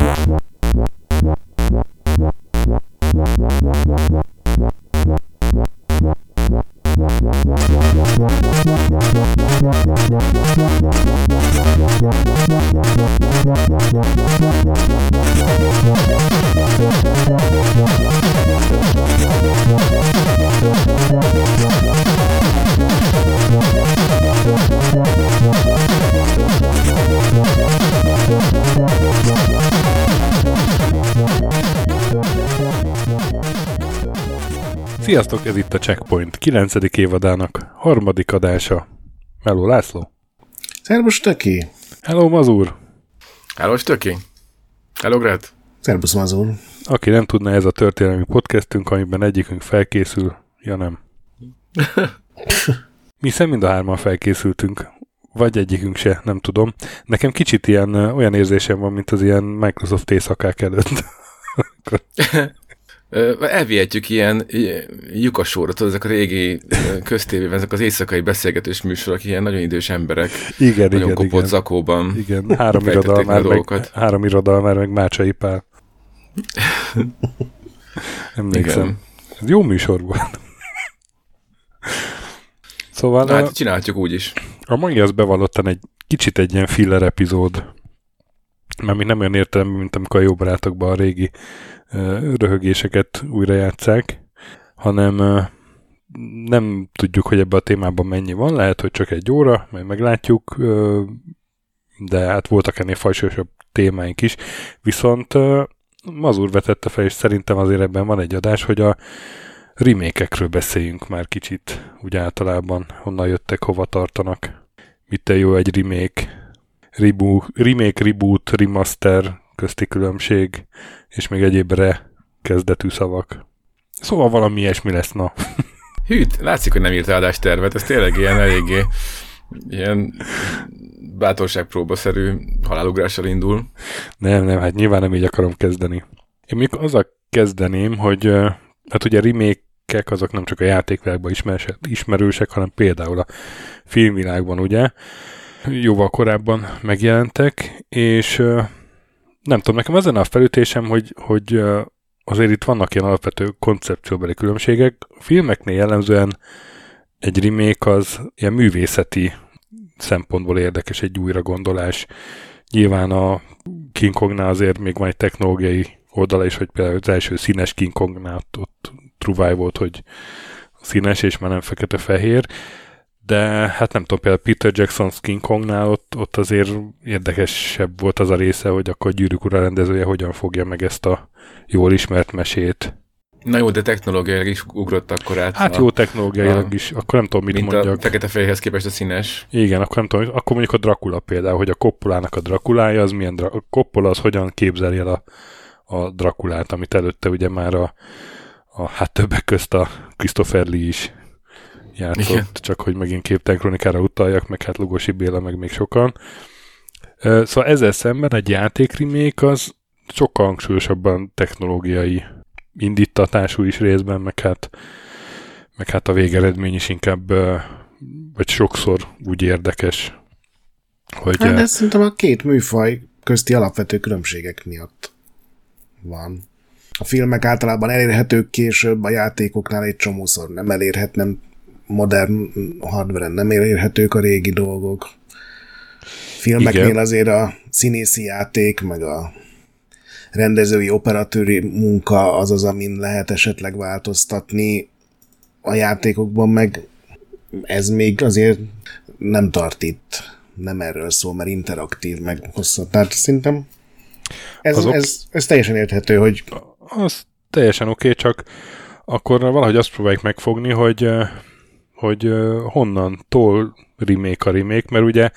Sziasztok, ez itt a Checkpoint 9. évadának harmadik adása. Hello, László. Szervusz, Töki. Hello, Mazur. Hello, Töki. Hello, Gret. Szervusz, Mazur. Aki nem tudna, ez a történelmi podcastünk, amiben egyikünk felkészül. Ja, nem. Mi hiszen mind a hárman felkészültünk. Vagy egyikünk se, nem tudom. Nekem kicsit ilyen, olyan érzésem van, mint az ilyen Microsoft éjszakák előtt. Elvihetjük ilyen lyukasóra, tudod, ezek a régi köztévében, ezek az éjszakai beszélgetős műsorok, ilyen nagyon idős emberek. Igen, nagyon kopott zakóban. Igen, három irodalmár, meg Mácsai Pál. Emlékszem. Igen. Ez jó műsor volt. Szóval... Hát csinálhatjuk úgy is. A mai az bevallottan egy kicsit egy ilyen filler epizód. Mármint nem olyan értelemben, mint amikor a jó barátokban a régi röhögéseket újra játsszák, hanem nem tudjuk, hogy ebben a témában mennyi van, lehet, hogy csak egy óra, majd meglátjuk, de hát voltak ennél fajsúlyosabb témáink is, viszont Mazur vetette fel, és szerintem azért ebben van egy adás, hogy a remake-ekről beszéljünk már kicsit, úgy általában, honnan jöttek, hova tartanak, mit jó egy remake, reboot, remaster, közti különbség, és még egyéb kezdetű szavak. Szóval valami ilyesmi lesz, na. Hűt, látszik, hogy nem írt adástervet, ez tényleg ilyen eléggé ilyen bátorságpróbaszerű halálugrással indul. Nem, hát nyilván nem így akarom kezdeni. Én még azzal kezdeném, hogy hát ugye remake-ek azok nem csak a játékvilágban ismerősek, hanem például a filmvilágban, ugye, jóval korábban megjelentek, és nem tudom, nekem ezen a felütésem, hogy azért itt vannak ilyen alapvető koncepcióbeli különbségek. A filmeknél jellemzően egy remake az ilyen művészeti szempontból érdekes, egy újragondolás. Nyilván a King Kongnál azért még van egy technológiai oldala is, hogy például az első színes King Kongnál ott truváj volt, hogy színes és már nem fekete-fehér. De hát nem tudom, például Peter Jackson's King Kongnál ott azért érdekesebb volt az a része, hogy akkor a Gyűrűk Ura rendezője hogyan fogja meg ezt a jól ismert mesét. Na jó, de technológiailag is ugrott akkor át. Hát jó, technológiailag is. Akkor nem tudom, mit mint mondjak. A fekete-fehérhez képest a színes. Igen, akkor nem tudom, akkor mondjuk a Dracula például, hogy a Coppolának a Draculája, az milyen a Coppola az hogyan képzeli el a Draculát, amit előtte ugye már hát többek közt a Christopher Lee is játszott, igen. Csak hogy megint Képtelen Kronikára utaljak, meg hát Lugosi Béla, meg még sokan. Szóval ezzel szemben egy játékremake az sokkal hangsúlyosabban technológiai indítatású is részben, meg hát a végeredmény is inkább, vagy sokszor úgy érdekes, hogy... Hát ez szerintem a két műfaj közti alapvető különbségek miatt van. A filmek általában elérhetők később, a játékoknál egy csomószor nem elérhetnem, modern hardware-en nem elérhetők a régi dolgok. Filmeknél igen. Azért a színészi játék, meg a rendezői, operatőri munka az, amin lehet esetleg változtatni. A játékokban meg ez még azért nem tart itt. Nem erről szól, mert interaktív, meg hosszú. Tehát szerintem ez teljesen érthető, hogy... Az teljesen oké, csak akkor valahogy azt próbáljuk megfogni, hogy honnan remake a remake, mert ugye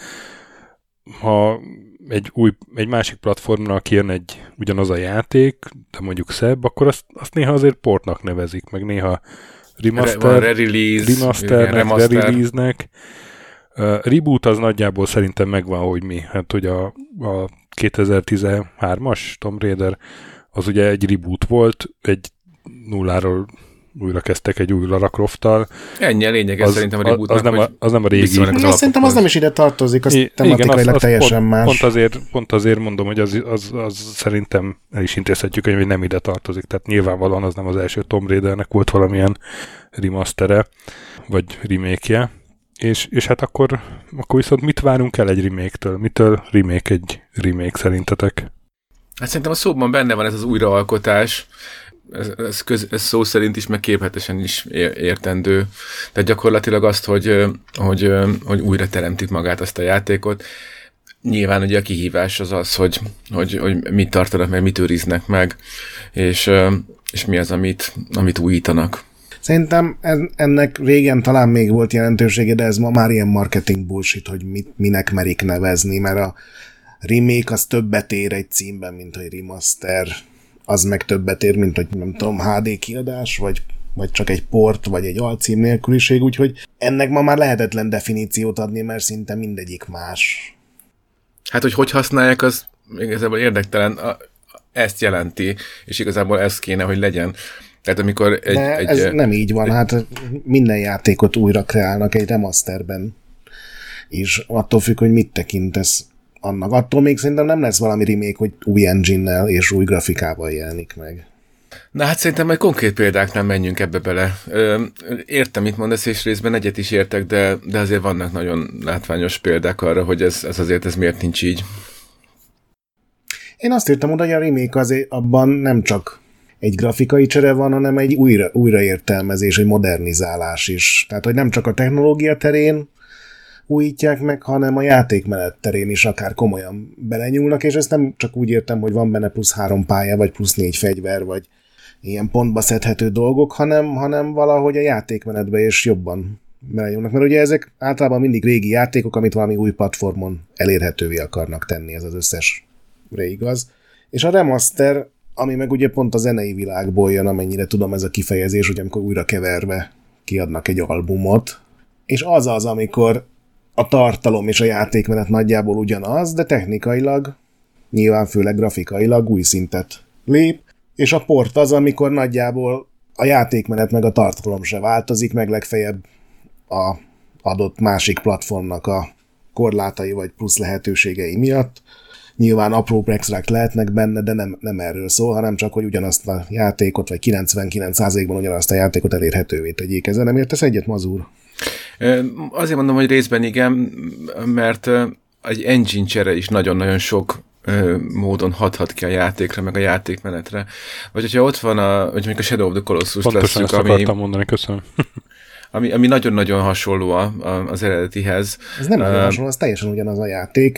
ha egy másik platformra kijön ugyanaz a játék, de mondjuk szebb, akkor azt néha azért portnak nevezik, meg néha remasternek, re-release-nek. Reboot az nagyjából szerintem megvan, hogy mi. Hát ugye a 2013-as Tomb Raider az ugye egy reboot volt, egy nulláról újra kezdtek egy új Lara Croft-tal. Ennyi a lényeg, ez szerintem a rebootnak, az nem a régi. Szerintem az nem is ide tartozik, az tematikailag teljesen más. Pont azért mondom, hogy az szerintem el is intézhetjük, hogy nem ide tartozik. Tehát nyilvánvalóan az nem az első Tomb Raidernek volt valamilyen remastere, vagy remake-je. És hát akkor viszont mit várunk el egy remake-től? Mitől remake egy remake szerintetek? Hát szerintem a szóban benne van ez az újraalkotás, ez szó szerint is, meg képletesen is értendő. Tehát gyakorlatilag azt, hogy újra teremtik magát azt a játékot. Nyilván ugye a kihívás az az, hogy mit tartanak meg, mit őriznek meg, és mi az, amit újítanak. Szerintem ennek régen talán még volt jelentősége, de ez ma már ilyen marketing bullshit, hogy minek merik nevezni, mert a remake az többet ér egy címben, mint hogy remaster, az meg többet ér, mint hogy nem tudom, HD kiadás, vagy csak egy port, vagy egy alcím nélküliség, úgyhogy ennek ma már lehetetlen definíciót adni, mert szinte mindegyik más. Hát, hogy használják, az igazából érdektelen, ezt jelenti, és igazából ez kéne, hogy legyen. Tehát amikor ez nem így van, hát minden játékot újra kreálnak egy remasterben is, attól függ, hogy mit tekintesz annak. Attól még szerintem nem lesz valami remake, hogy új engine-nel és új grafikával jelenik meg. Na hát szerintem majd konkrét példáknál menjünk ebbe bele. Értem, mit mondasz, és részben egyet is értek, de azért vannak nagyon látványos példák arra, hogy ez azért miért nincs így. Én azt írtam oda, hogy a remake azért abban nem csak egy grafikai csere van, hanem egy újraértelmezés, egy modernizálás is. Tehát, hogy nem csak a technológia terén újítják meg, hanem a játékmenet terén is akár komolyan belenyúlnak, és ezt nem csak úgy értem, hogy van benne plusz 3 pálya, vagy plusz 4 fegyver, vagy ilyen pontba szedhető dolgok, hanem valahogy a játékmenetbe is jobban belenyúlnak. Mert ugye ezek általában mindig régi játékok, amit valami új platformon elérhetővé akarnak tenni, ez az összesre igaz. És a remaster, ami meg ugye pont a zenei világból jön, amennyire tudom ez a kifejezés, hogy amikor újra keverve kiadnak egy albumot, és az, amikor a tartalom és a játékmenet nagyjából ugyanaz, de technikailag, nyilván főleg grafikailag új szintet lép, és a port az, amikor nagyjából a játékmenet meg a tartalom se változik, meg legfeljebb a adott másik platformnak a korlátai vagy plusz lehetőségei miatt. Nyilván apró extrák lehetnek benne, de nem erről szól, hanem csak, hogy ugyanazt a játékot, vagy 99%-ban ugyanazt a játékot elérhetővé tegyék. Ezzel nem értesz egyet, Mazur? Azért mondom, hogy részben igen, mert egy engine csere is nagyon-nagyon sok módon hathat ki a játékra, meg a játékmenetre. Vagy hogyha ott van hogy mondjuk a Shadow of the Colossus pontosan ezt akartam mondani, köszönöm. Ami nagyon-nagyon hasonló az eredetihez. Ez nem nagyon hasonló, az teljesen ugyanaz a játék.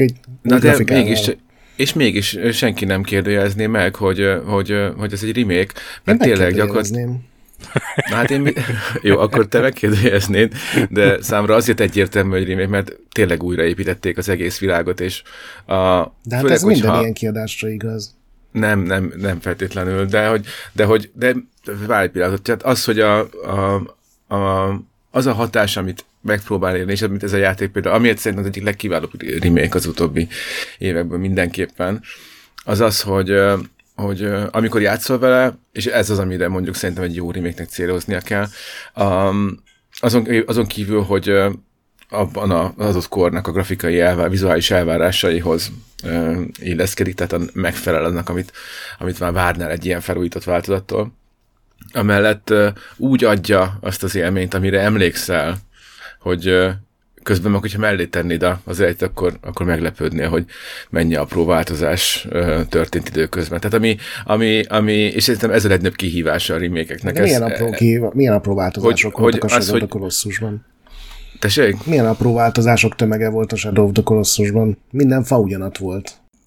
Mégis senki nem kérdőjelezné meg, hogy ez egy remake, mert tényleg gyakorlatilag... Na hát jó, akkor te megkérdeznéd, de számra azért egyértelmű, hogy remake, mert tényleg újraépítették az egész világot, és de hát ez minden ilyen kiadásra igaz. Nem feltétlenül, de várj egy pillanatot, tehát az, hogy az a hatás, amit megpróbál érni, és amit ez a játék például, amiért szerintem az egyik legkiválóbb remake az utóbbi években mindenképpen, az, hogy amikor játszol vele, és ez az, amire mondjuk szerintem egy jó remake-nek céloznia kell, azon kívül, hogy abban az adott kornak a grafikai vizuális elvárásaihoz illeszkedik, tehát megfelel annak, amit már várnál egy ilyen felújított változattól. Amellett úgy adja azt az élményt, amire emlékszel, hogy közben meg, hogyha mellé tennéd az eljt, akkor meglepődnél, hogy mennyi apró változás történt időközben. Tehát és szerintem ez a legnagyobb kihívása a remake-eknek. Milyen apró változások voltak a Shadow of the Colossusban? Tessék? Milyen apró változások tömege volt a Shadow of the Colossusban? Minden fa ugyanat volt.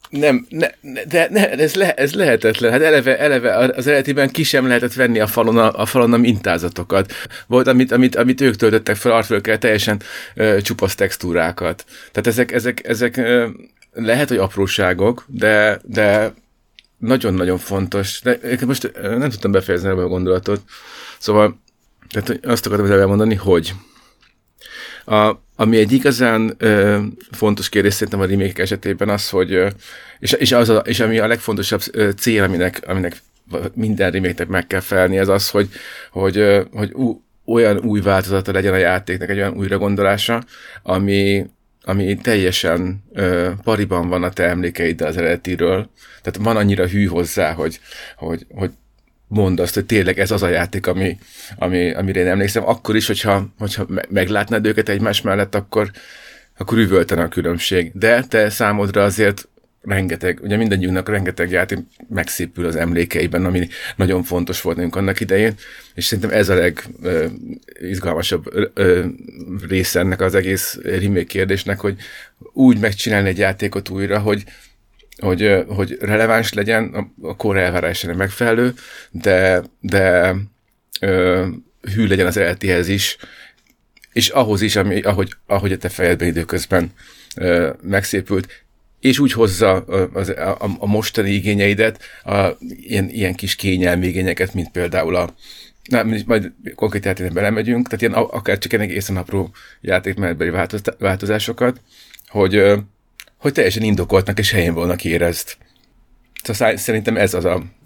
Ez lehetetlen. Hát eleve az eredetiben ki sem lehetett venni a falon a mintázatokat. Volt, amit ők töltöttek fel artworkkel, teljesen csupasz textúrákat. Tehát ezek lehet, hogy apróságok, de nagyon-nagyon fontos. De most nem tudtam befejezni a gondolatot. Szóval tehát azt akartam elmondani, hogy ami egy igazán fontos kérdés szerintem a remake esetében az, hogy és ami a legfontosabb cél, aminek minden remake-nek meg kell felelni, ez az, hogy olyan új változata legyen a játéknak, egy olyan újra gondolása, ami teljesen pariban van a te emlékeiddel az eredetiről. Tehát van annyira hű hozzá, hogy mondd azt, hogy tényleg ez az a játék, amire én emlékszem. Akkor is, hogyha meglátnád őket egymás mellett, akkor üvöltene a különbség. De te számodra azért rengeteg, ugye mindegyünknek rengeteg játék megszépül az emlékeiben, ami nagyon fontos volt nekünk annak idején, és szerintem ez a legizgalmasabb része ennek az egész remake kérdésnek, hogy úgy megcsinálni egy játékot újra, hogy releváns legyen, a kor elvárásának megfelelő, de hű legyen az eredetihez is, és ahhoz is, ahogy a te fejedben időközben megszépült, és úgy hozza a mostani igényeidet, ilyen kis kényelmi igényeket, mint például majd konkrét játékban belemegyünk, tehát ilyen, akár csak egészen apró játékmenetbeli változásokat, hogy teljesen indokoltnak és helyén volna érezd. Szóval szerintem ez az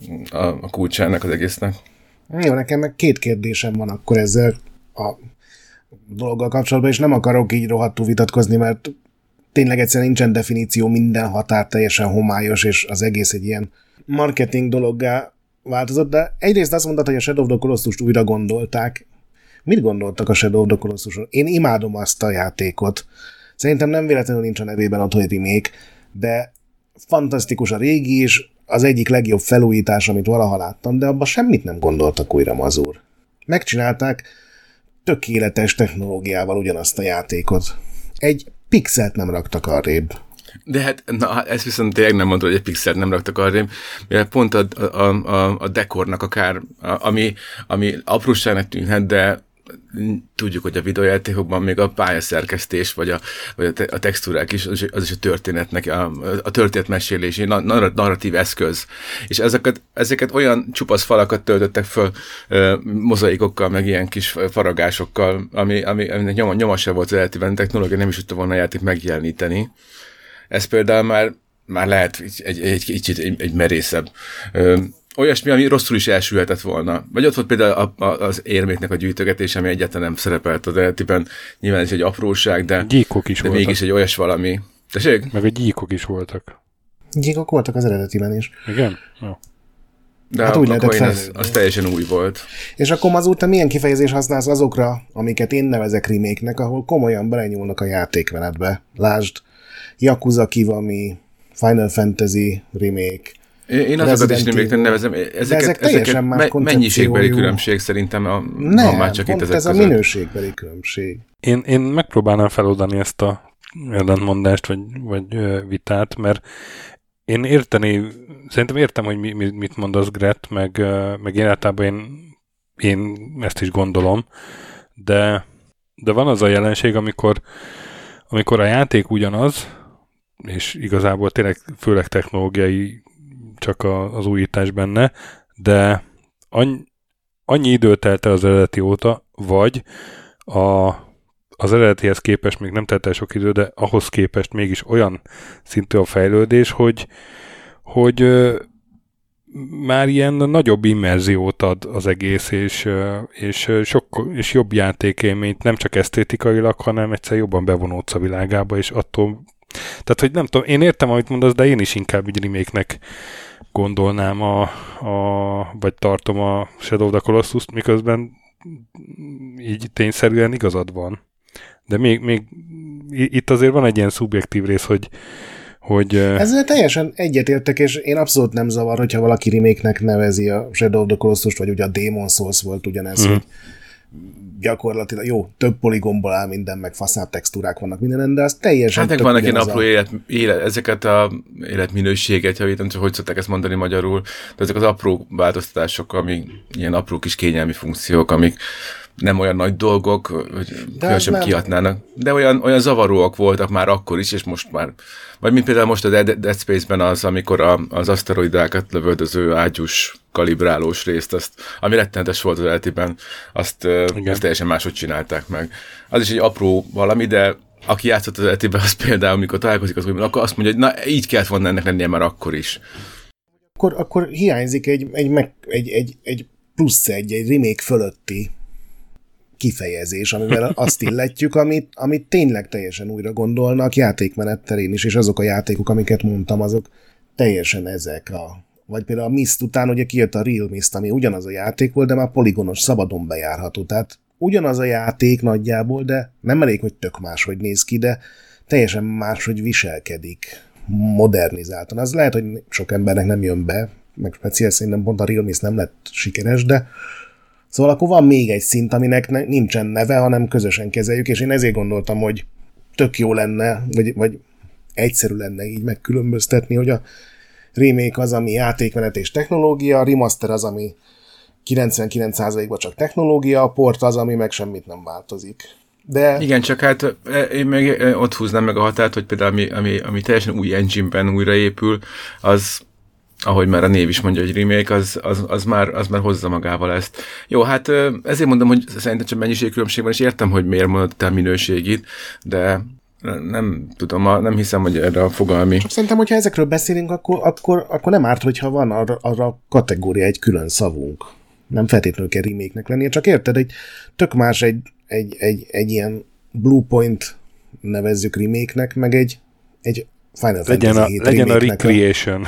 a kulcsának az egésznek. Jó, nekem meg 2 kérdésem van akkor ezzel a dologgal kapcsolatban, és nem akarok így rohadtul vitatkozni, mert tényleg egyszerűen nincsen definíció, minden határ teljesen homályos, és az egész egy ilyen marketing dologgá változott, de egyrészt azt mondtad, hogy a Shadow of the Colossus-t újra gondolták. Mit gondoltak a Shadow of the Colossus-on? Én imádom azt a játékot. Szerintem nem véletlenül nincs a nevében ott, hogy remake, de fantasztikus a régi is, az egyik legjobb felújítás, amit valaha láttam, de abban semmit nem gondoltak újra, mazur. Megcsinálták tökéletes technológiával ugyanazt a játékot. Egy pixelt nem raktak arrébb. De hát, ezt viszont tényleg nem mondod, hogy egy pixelt nem raktak arrébb, mert pont a dekornak akár, ami apróságnak tűnhet, de tudjuk, hogy a videójátékokban még a pályaszerkesztés, vagy a textúrák is, az is a történetnek, a történetmesélési narratív eszköz. És ezeket olyan csupasz falakat töltöttek föl mozaikokkal, meg ilyen kis faragásokkal, aminek nyoma se volt az eredetiben, technológia nem is tudta volna a játék megjeleníteni. Ez például már lehet egy merészebb. Olyasmi, ami rosszul is elsülhetett volna. Vagy ott volt például az érméknek a gyűjtögetés, ami egyáltalán nem szerepelt az eredetiben. Nyilván ez egy apróság, de gyíkok is voltak. Mégis egy olyas valami. Tessék? Meg a gyíkok is voltak. Gyíkok voltak az eredetiben is. Igen? Jó. De hát akkor az teljesen új volt. És akkor azóta milyen kifejezés használsz azokra, amiket én nevezek remake-nek, ahol komolyan belenyúlnak a játékmenetbe. Lásd, Yakuza Kiwami, Final Fantasy remake. Én azokat is remake-nek nevezem. Ezek mennyiségbeli különbség szerintem, nem, már csak itt ezek ez között. A minőségbeli különbség. Én megpróbálnám feloldani ezt a ellentmondást, vagy vitát, mert én szerintem értem, hogy mit mondasz, Gret, meg én általában én ezt is gondolom, de van az a jelenség, amikor a játék ugyanaz, és igazából tényleg főleg technológiai csak az újítás benne, de annyi idő telt el az eredeti óta, vagy az eredetihez képest még nem telt el sok idő, de ahhoz képest mégis olyan szintű a fejlődés, hogy már ilyen nagyobb immerziót ad az egész, és jobb játékélményt, nem csak esztétikailag, hanem egyszer jobban bevonódsz a világába, és attól, tehát, hogy nem tudom, én értem, amit mondasz, de én is inkább egy remake-nek gondolnám vagy tartom a Shadow of the Colossus-t, miközben így tényszerűen igazad van. De még itt azért van egy ilyen szubjektív rész, hogy ezzel teljesen egyetértek, és én abszolút nem zavar, hogyha valaki remake-nek nevezi a Shadow of the Colossus-t, vagy ugye a Demon's Souls volt ugyanez, hogy gyakorlatilag jó, több poligonból áll minden, meg faszább textúrák vannak mindenen, de az teljesen hát vannak ilyen apró ezeket a életminőséget javítom, csak hogy szokták ezt mondani magyarul, de ezek az apró változtatások, amik ilyen apró kis kényelmi funkciók, amik nem olyan nagy dolgok, hogy különösen kihatnának, de olyan zavaróak voltak már akkor is, és most már, vagy mint például most a Dead Space-ben az, amikor az aszteroidákat lövöldöző ágyús kalibrálós részt, ami rettenetes volt az eredetiben, azt teljesen máshogy csinálták meg. Az is egy apró valami, de aki játszott az eredetiben, az például, amikor találkozik az újban, akkor azt mondja, hogy na, így kellett volna ennek lennie már akkor is. akkor hiányzik egy plusz egy remake fölötti kifejezés, amivel azt illetjük, amit tényleg teljesen újra gondolnak játékmenet terén is, és azok a játékok, amiket mondtam, azok teljesen ezek vagy például a Myst után ugye kijött a Real Myst, ami ugyanaz a játék volt, de már poligonos, szabadon bejárható. Tehát ugyanaz a játék nagyjából, de nem elég, hogy tök máshogy néz ki, de teljesen máshogy viselkedik modernizáltan. Az lehet, hogy sok embernek nem jön be, meg speciális szerintem pont a Real Myst nem lett sikeres, de szóval akkor van még egy szint, aminek nincsen neve, hanem közösen kezeljük, és én ezért gondoltam, hogy tök jó lenne, vagy egyszerű lenne így megkülönböztetni, hogy a remake az, ami játékmenet és technológia, a remaster az, ami 99%-ban csak technológia, a port az, ami meg semmit nem változik. De... Igen, csak hát én meg ott húznám meg a határt, hogy például ami teljesen új engine-ben újraépül, az, ahogy már a név is mondja, hogy remake, az már hozza magával ezt. Jó, hát ezért mondom, hogy szerintem csak mennyiségkülönbség van, és értem, hogy miért mondtál minőségit, de nem tudom, nem hiszem, hogy erre a fogalmi. Csak szerintem, hogyha ezekről beszélünk, akkor nem árt, hogyha van arra kategória egy külön szavunk. Nem feltétlenül kell remake-nek lennie, csak érted, egy tök más egy ilyen Bluepoint nevezzük remake-nek, meg egy Final Fantasy 7 legyen a Recreation.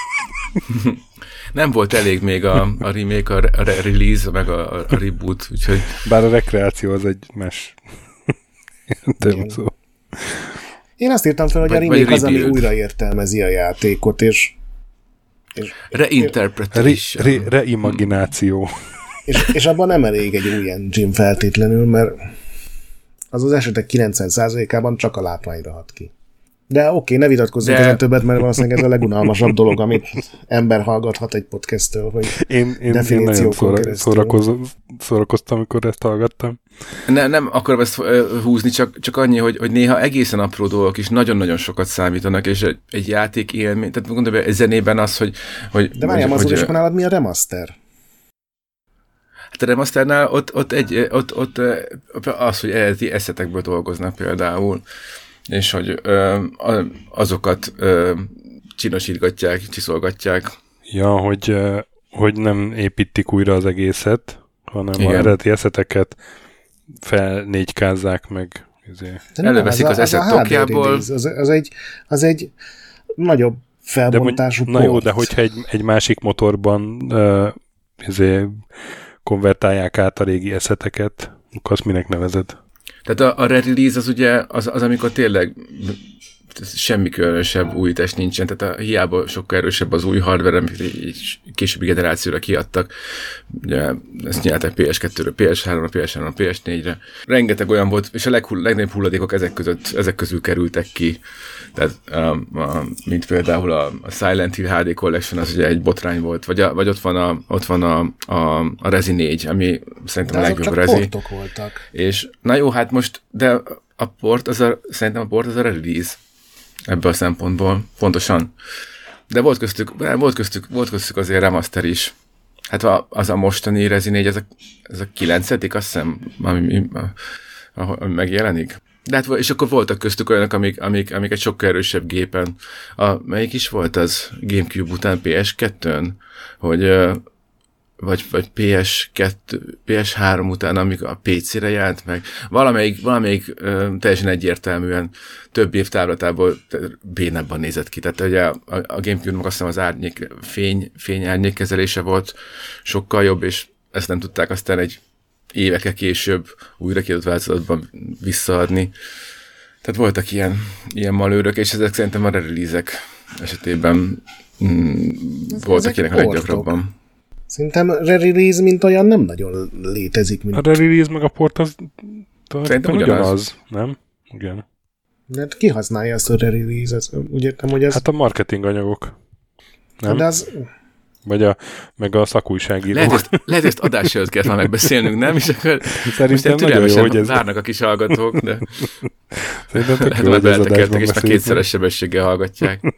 Nem volt elég még a remake, a release, meg a reboot, úgyhogy... Bár a rekreáció az egy más szó. Én azt írtam fel, hogy a remake az, ami újraértelmezi a játékot, és reinterpretation. Reimagináció. És abban nem elég egy új engine feltétlenül, mert az esetek 90%-ában csak a látványra hat ki. De oké, ne vitatkozzunk ezen többet, mert valószínűleg ez a legunalmasabb dolog, amit ember hallgathat egy podcasttől, hogy én nagyon szórakoztam, amikor ezt hallgattam. Nem akarom ezt húzni, csak annyi, hogy néha egészen apró dolgok is nagyon-nagyon sokat számítanak, és egy játék élmény, tehát gondolom, egy zenében az, hogy... De várjál, azon is nálad mi a remaster? Hát a remasternál ott az, hogy eredeti eszetekből dolgoznak például, és hogy azokat csinosítgatják, csiszolgatják. Ja, hogy nem építik újra az egészet, hanem igen, a eredeti eszeteket fel 4K-zzák meg. Előveszik az eszet tokjából. Az egy nagyobb felbontású port. Na jó, de hogyha egy másik motorban konvertálják át a régi eszeteket, akkor azt minek nevezed? Tehát a re-release az ugye az amikor tényleg semmi különösebb újítás nincsen, tehát hiába sokkal erősebb az új hardware, amit egy későbbi generációra kiadtak. Ugye ezt nyilálták PS2-ről, PS3-ra, PS3-ra, PS4-re. Rengeteg olyan volt, és a legnagyobb hulladékok ezek közül kerültek ki. Tehát mint például a Silent Hill HD Collection, az ugye egy botrány volt, vagy ott van a Resi 4, ami szerintem a legjobb Resi. De portok voltak. És na jó, hát most, de a port, szerintem a port az a release ebből a szempontból, pontosan. De volt köztük azért remaster is. Hát az a mostani Resi 4, ez a 9. azt hiszem, ami megjelenik. De hát, és akkor voltak köztük olyanok, amik egy sokkal erősebb gépen. Melyik is volt az Gamecube után PS2-ön? Vagy PS2, PS3 után, amik a PC-re jelent meg. Valamelyik teljesen egyértelműen több év távlatából bénabban nézett ki. Tehát ugye a Gamecube-nak azt hiszem az fény-árnyék kezelése volt sokkal jobb, és ezt nem tudták aztán egy évekkel később újra kiadott változatban visszaadni. Tehát voltak ilyen malőrök, és ezek szerintem a release-ek esetében voltak ilyenek a leggyakrabban. Szerintem re-release, mint olyan nem nagyon létezik. A re-release meg a port az szerintem ugyanaz, nem? Igen. De ki használja azt a re-release? Úgy értem, hogy ez... Hát a marketing anyagok. Nem? De az... meg a szakújságíró. Lehet ezt adás előtt kellett már megbeszélnünk, nem? És akkor szerintem nagyon jó, hogy ez... várnak a kis hallgatók, de szerintem tök jó, hogy az adásban és már kétszeres sebességgel hallgatják.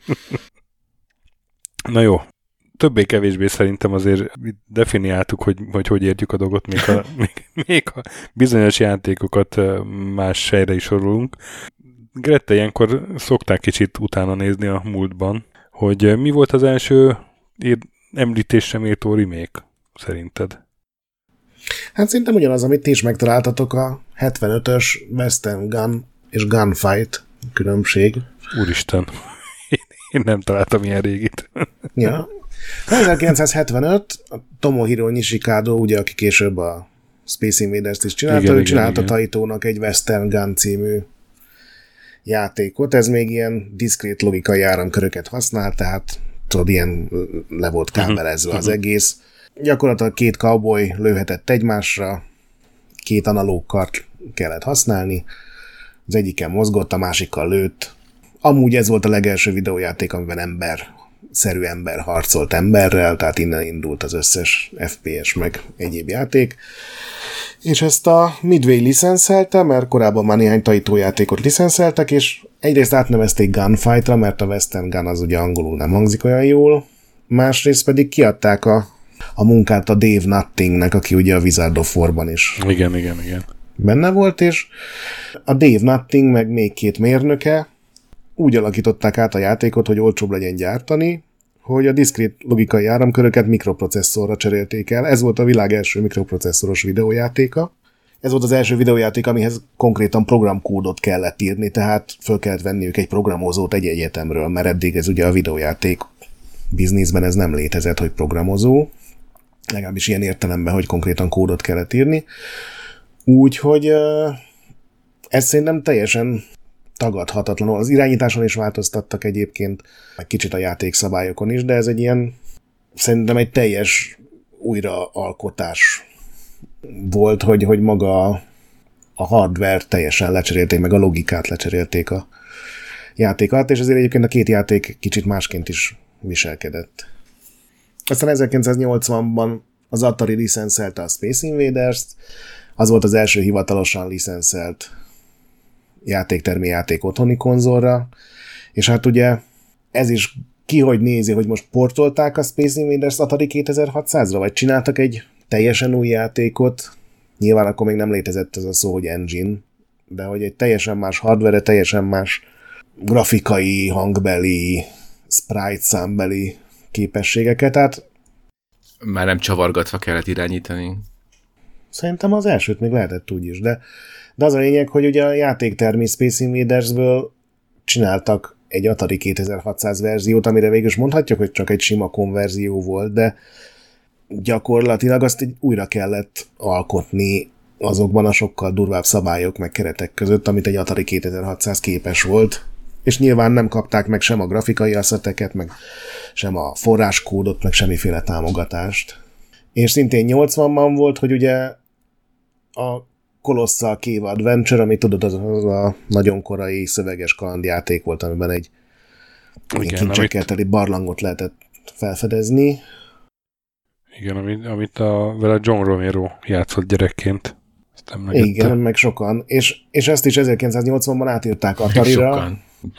Na jó. Többé-kevésbé szerintem azért definiáltuk, hogy értjük a dolgot, még a bizonyos játékokat más helyre is sorolunk. Grette ilyenkor szokták kicsit utána nézni a múltban, hogy mi volt az első említésre méltó remake, szerinted? Hát szerintem ugyanaz, amit ti is megtaláltatok, a 75-ös Western Gun és Gunfight különbség. Úristen, én nem találtam ilyen régit. Ja. 1975, a Tomohiro Nishikado, ugye, aki később a Space Invaders-t is csinálta, igen, ő csinálta Taitónak egy Western Gun című játékot. Ez még ilyen diszkrét logikai áramköröket használ, tehát tudod, ilyen le volt kábelezve az egész. Gyakorlatilag két cowboy lőhetett egymásra, két analóg kart kellett használni, az egyiken mozgott, a másikkal lőtt. Amúgy ez volt a legelső videójáték, amiben szerű ember harcolt emberrel, tehát innen indult az összes FPS meg egyéb játék. És ezt a Midway licenszelte, mert korábban már néhány Taito játékot licenszeltek, és egyrészt átnevezték Gunfight-ra, mert a Western Gun az ugye angolul nem hangzik olyan jól, másrészt pedig kiadták a munkát a Dave Nuttingnek, aki ugye a Wizard of War-ban is igen. benne volt, és a Dave Nutting meg még két mérnöke úgy alakították át a játékot, hogy olcsóbb legyen gyártani, hogy a diszkrét logikai áramköröket mikroprocesszorra cserélték el. Ez volt a világ első mikroprocesszoros videójátéka. Ez volt az első videójáték, amihez konkrétan programkódot kellett írni, tehát föl kellett venniük egy programozót egy egyetemről, mert eddig ez ugye a videójáték bizniszben ez nem létezett, hogy programozó, legalábbis ilyen értelemben, hogy konkrétan kódot kellett írni. Úgyhogy ez szerintem teljesen tagadhatatlanul. Az irányításon is változtattak egyébként, meg kicsit a játékszabályokon is, de ez egy ilyen, szerintem egy teljes újraalkotás volt, hogy maga a hardware teljesen lecserélték, meg a logikát lecserélték a játék alatt, és azért egyébként a két játék kicsit másként is viselkedett. Aztán 1980-ban az Atari licenszelte a Space Invaders-t, az volt az első hivatalosan licenszelt játéktermi játék otthoni konzolra, és hát ugye ez is kihogy nézi, hogy most portolták a Space Invaders Atari 2600-ra, vagy csináltak egy teljesen új játékot, nyilván akkor még nem létezett ez a szó, hogy engine, de hogy egy teljesen más hardware, teljesen más grafikai, hangbeli, sprite számbeli képességeket, tehát már nem csavargatva kellett irányítani. Szerintem az elsőt még lehetett úgy is, de az a lényeg, hogy ugye a játéktermi Space Invaders-ből csináltak egy Atari 2600 verziót, amire végül is mondhatjuk, hogy csak egy sima konverzió volt, de gyakorlatilag azt így újra kellett alkotni azokban a sokkal durvább szabályok meg keretek között, amit egy Atari 2600 képes volt, és nyilván nem kapták meg sem a grafikai asszeteket, meg sem a forráskódot, meg semmiféle támogatást. És szintén 80-ban volt, hogy ugye a Colossal Cave Adventure, ami tudod, az a nagyon korai szöveges kalandjáték volt, amiben egy kincsekkel teli barlangot lehetett felfedezni. Igen, amit vele John Romero játszott gyerekként. Igen, meg sokan. És ezt is 1980-ban átírták Atarira.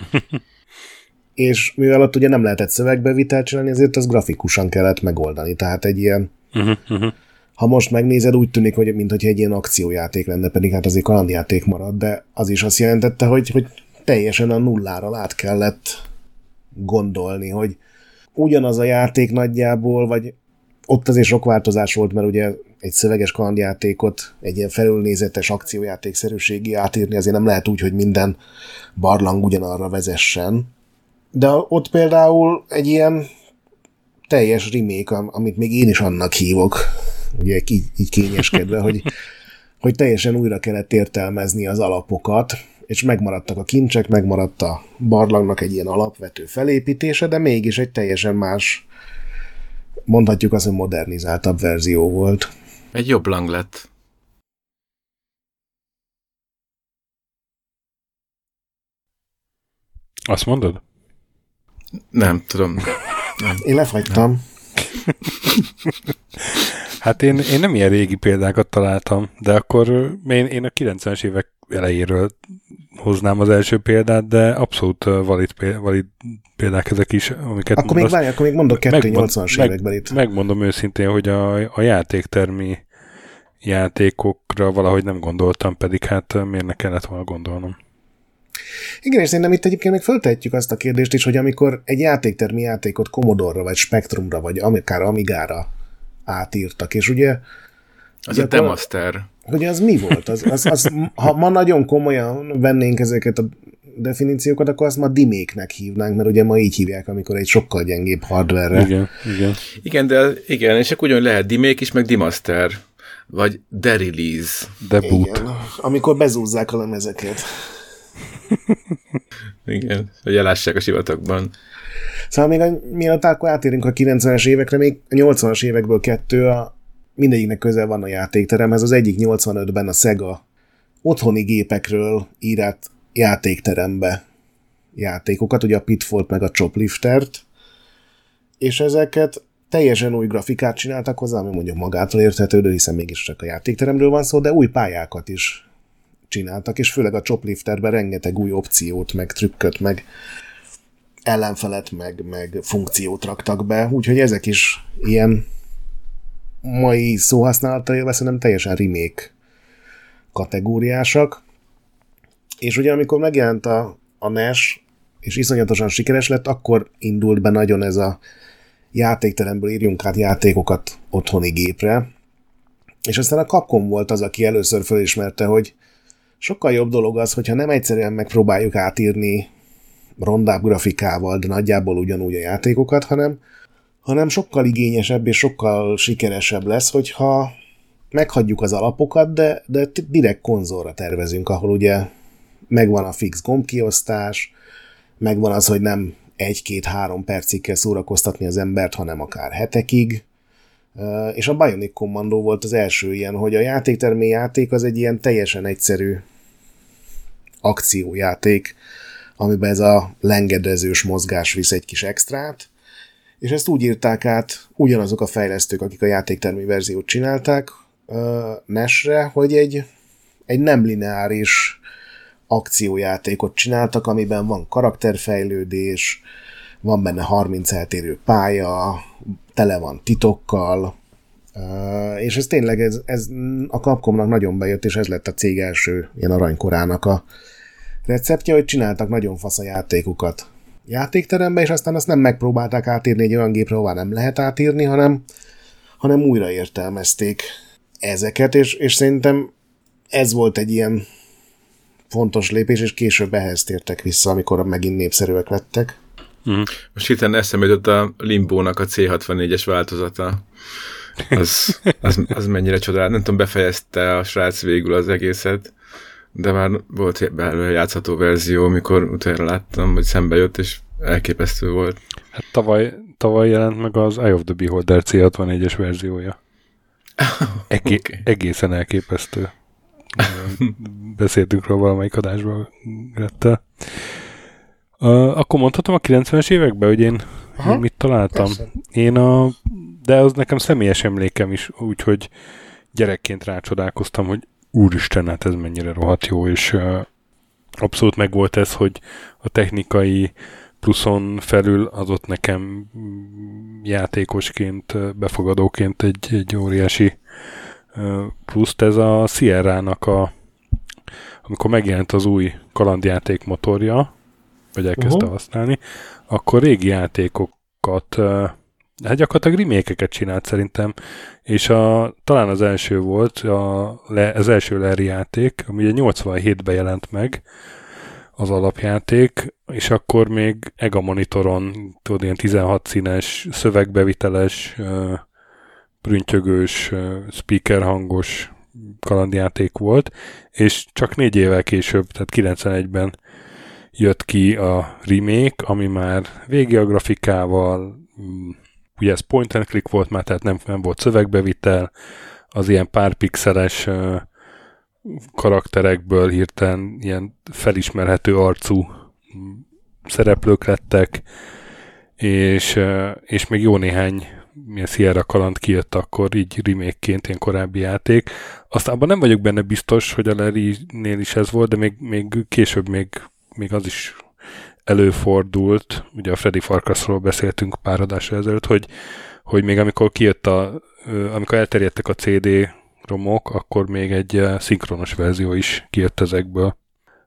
És mivel ott ugye nem lehetett szövegbevitelt csinálni, ezért az grafikusan kellett megoldani. Tehát egy ilyen ha most megnézed, úgy tűnik, hogy mintha egy ilyen akciójáték lenne, pedig hát azért kalandjáték marad, de az is azt jelentette, hogy teljesen a nulláról át kellett gondolni, hogy ugyanaz a játék nagyjából, vagy ott azért sok változás volt, mert ugye egy szöveges kalandjátékot egy ilyen felülnézetes akciójátékszerűségi átírni azért nem lehet úgy, hogy minden barlang ugyanarra vezessen. De ott például egy ilyen teljes remake, amit még én is annak hívok, ugye így kényeskedve, hogy teljesen újra kellett értelmezni az alapokat, és megmaradtak a kincsek, megmaradt a barlangnak egy ilyen alapvető felépítése, de mégis egy teljesen más, mondhatjuk azt, hogy modernizáltabb verzió volt. Egy jobb lang lett. Azt mondod? Nem, tudom. Nem. Én lefagytam. Hát én nem ilyen régi példákat találtam, de akkor én a 90-es évek elejéről hoznám az első példát, de abszolút valid példák ezek is, amiket akkor mondasz. Akkor még mondok 280-as évekbelit. Megmondom őszintén, hogy a játéktermi játékokra valahogy nem gondoltam, pedig hát miért ne kellett volna gondolnom. Igen, és szerintem itt egyébként még föltehetjük azt a kérdést is, hogy amikor egy játéktermi játékot Commodore-ra, vagy Spectrumra, vagy akár Amigára átírtak, és ugye... Az a Demaster. Ugye az mi volt? Ha ma nagyon komolyan vennénk ezeket a definíciókat, akkor azt ma diméknek hívnánk, mert ugye ma így hívják, amikor egy sokkal gyengébb hardware-re. Igen, és akkor ugyan lehet dimék is, meg Demaster. Vagy derelease. Debut. Igen, amikor bezúzzák a lemezeket. Igen, hogy elássák a sivatagban. Szóval még mielőtt akkor átérünk a 90-es évekre, még a 80-as évekből kettő, mindegyiknek közel van a játékteremhez. Az egyik 85-ben a Sega otthoni gépekről írt játékterembe játékokat, ugye a Pitfall-t meg a Chopliftert, és ezeket teljesen új grafikát csináltak hozzá, ami mondjuk magától érthetődő, hiszen mégiscsak a játékteremről van szó, de új pályákat is csináltak, és főleg a Choplifterben rengeteg új opciót, meg trükköt, meg ellenfelet, meg funkciót raktak be, úgyhogy ezek is ilyen mai szóhasználattal élve szerintem teljesen remake kategóriásak. És ugye amikor megjelent a NES, és iszonyatosan sikeres lett, akkor indult be nagyon ez a játékteremből írjunk át játékokat otthoni gépre. És aztán a Capcom volt az, aki először felismerte, hogy sokkal jobb dolog az, hogyha nem egyszerűen megpróbáljuk átírni rondább grafikával, de nagyjából ugyanúgy a játékokat, hanem sokkal igényesebb és sokkal sikeresebb lesz, hogyha meghagyjuk az alapokat, de direkt konzolra tervezünk, ahol ugye megvan a fix gombkiosztás, megvan az, hogy nem 1-2-3 percig kell szórakoztatni az embert, hanem akár hetekig. És a Bionic Commando volt az első ilyen, hogy a játéktermi játék az egy ilyen teljesen egyszerű akciójáték, amiben ez a lengedezős mozgás visz egy kis extrát, és ezt úgy írták át ugyanazok a fejlesztők, akik a játéktermi verziót csinálták NES-re, hogy egy nem lineáris akciójátékot csináltak, amiben van karakterfejlődés, van benne 30 eltérő pálya, tele van titokkal, és ez tényleg ez a Capcomnak nagyon bejött, és ez lett a cég első ilyen aranykorának a receptje, hogy csináltak nagyon fasz a játékokat játékterembe, és aztán azt nem megpróbálták átírni egy olyan gépre, hová nem lehet átírni, hanem újra értelmezték ezeket, és szerintem ez volt egy ilyen fontos lépés, és később ehhez tértek vissza, amikor megint népszerűek lettek. Most hirtelen eszembe jutott a Limbo-nak a C64-es változata. Az mennyire csodálat. Nem tudom, befejezte a srác végül az egészet, de már volt belőle játszható verzió, amikor utána láttam, hogy szembe jött, és elképesztő volt. Hát tavaly jelent meg az Eye of the Beholder C64-es verziója. Okay. Egészen elképesztő. Beszéltünk róla valamelyik adásban, Grettel. Akkor mondhatom a 90-es években, hogy én mit találtam. De az nekem személyes emlékem is, úgyhogy gyerekként rácsodálkoztam, hogy úristen, hát ez mennyire rohadt jó, és abszolút megvolt ez, hogy a technikai pluszon felül adott nekem játékosként, befogadóként egy óriási pluszt. Ez a Sierra-nak amikor megjelent az új kalandjáték motorja, vagy elkezdte használni, akkor régi játékokat, hát gyakorlatilag remake-eket csinált szerintem, és talán az első volt, az első Larry játék, ami ugye 87-ben jelent meg, az alapjáték, és akkor még EGA monitoron, tudod, ilyen 16 színes, szövegbeviteles, prüntjögős, speaker hangos kalandjáték volt, és csak 4 évvel később, tehát 91-ben jött ki a remake, ami már végi a grafikával, ugye ez point and click volt már, tehát nem volt szövegbevitel, az ilyen pár pixeles karakterekből hirtelen ilyen felismerhető arcú szereplők lettek, és még jó néhány milyen Sierra kaland kijött akkor így remake-ként, ilyen korábbi játék. Aztán abban nem vagyok benne biztos, hogy a Larry-nél is ez volt, de még később még az is előfordult, ugye a Freddy Farkasról beszéltünk pár adásra ezelőtt, hogy még amikor kijött amikor elterjedtek a CD-romok, akkor még egy szinkronos verzió is kijött ezekből,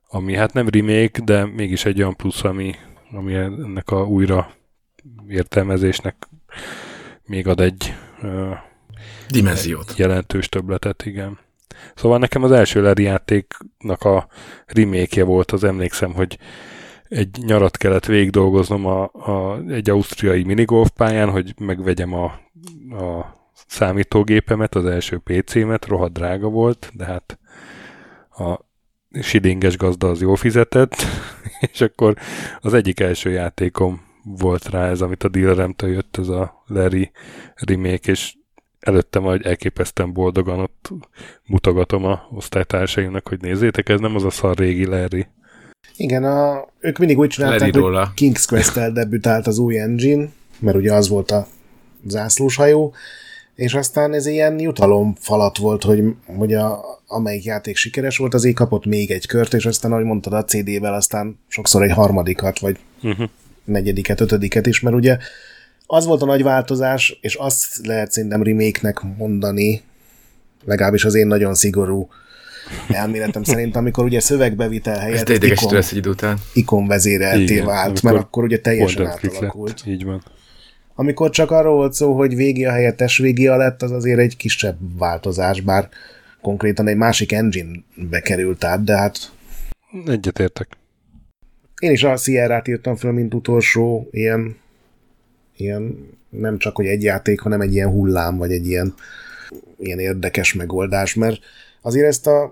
ami hát nem remake, de mégis egy olyan plusz, ami ennek a újra értelmezésnek még ad egy dimenziót. Jelentős többletet, igen. Szóval nekem az első Larry játéknak a remake-je volt, az emlékszem, hogy egy nyarat kellett végigdolgoznom egy ausztriai minigolf pályán, hogy megvegyem a számítógépemet, az első PC-met, rohadt drága volt, de hát a sidinges gazda az jól fizetett, és akkor az egyik első játékom volt rá ez, amit a dealeremtől jött, ez a Larry remake, és előtte majd elképesztően boldogan ott mutogatom a osztálytársaimnak, hogy nézzétek, ez nem az a szar régi Larry. Igen, ők mindig úgy csinálták, hogy King's Quest-tel debütált az új engine, mert ugye az volt a zászlós hajó, és aztán ez ilyen jutalomfalat volt, hogy amelyik játék sikeres volt, azért kapott még egy kört, és aztán, ahogy mondtad, a CD-vel aztán sokszor egy harmadikat, vagy negyediket, ötödiket is, mert ugye az volt a nagy változás, és azt lehet szerintem remake-nek mondani, legalábbis az én nagyon szigorú elméletem szerint, amikor ugye szövegbevitel helyett ikonvezérelté vált, mert akkor ugye teljesen átalakult. Így van. Amikor csak arról volt szó, hogy végia helyett SVGA lett, az azért egy kisebb változás, bár konkrétan egy másik engine-be került át, de hát... Egyetértek. Én is a Sierra-t írtam fel, mint utolsó ilyen nem csak, hogy egy játék, hanem egy ilyen hullám, vagy egy ilyen érdekes megoldás, mert azért ezt a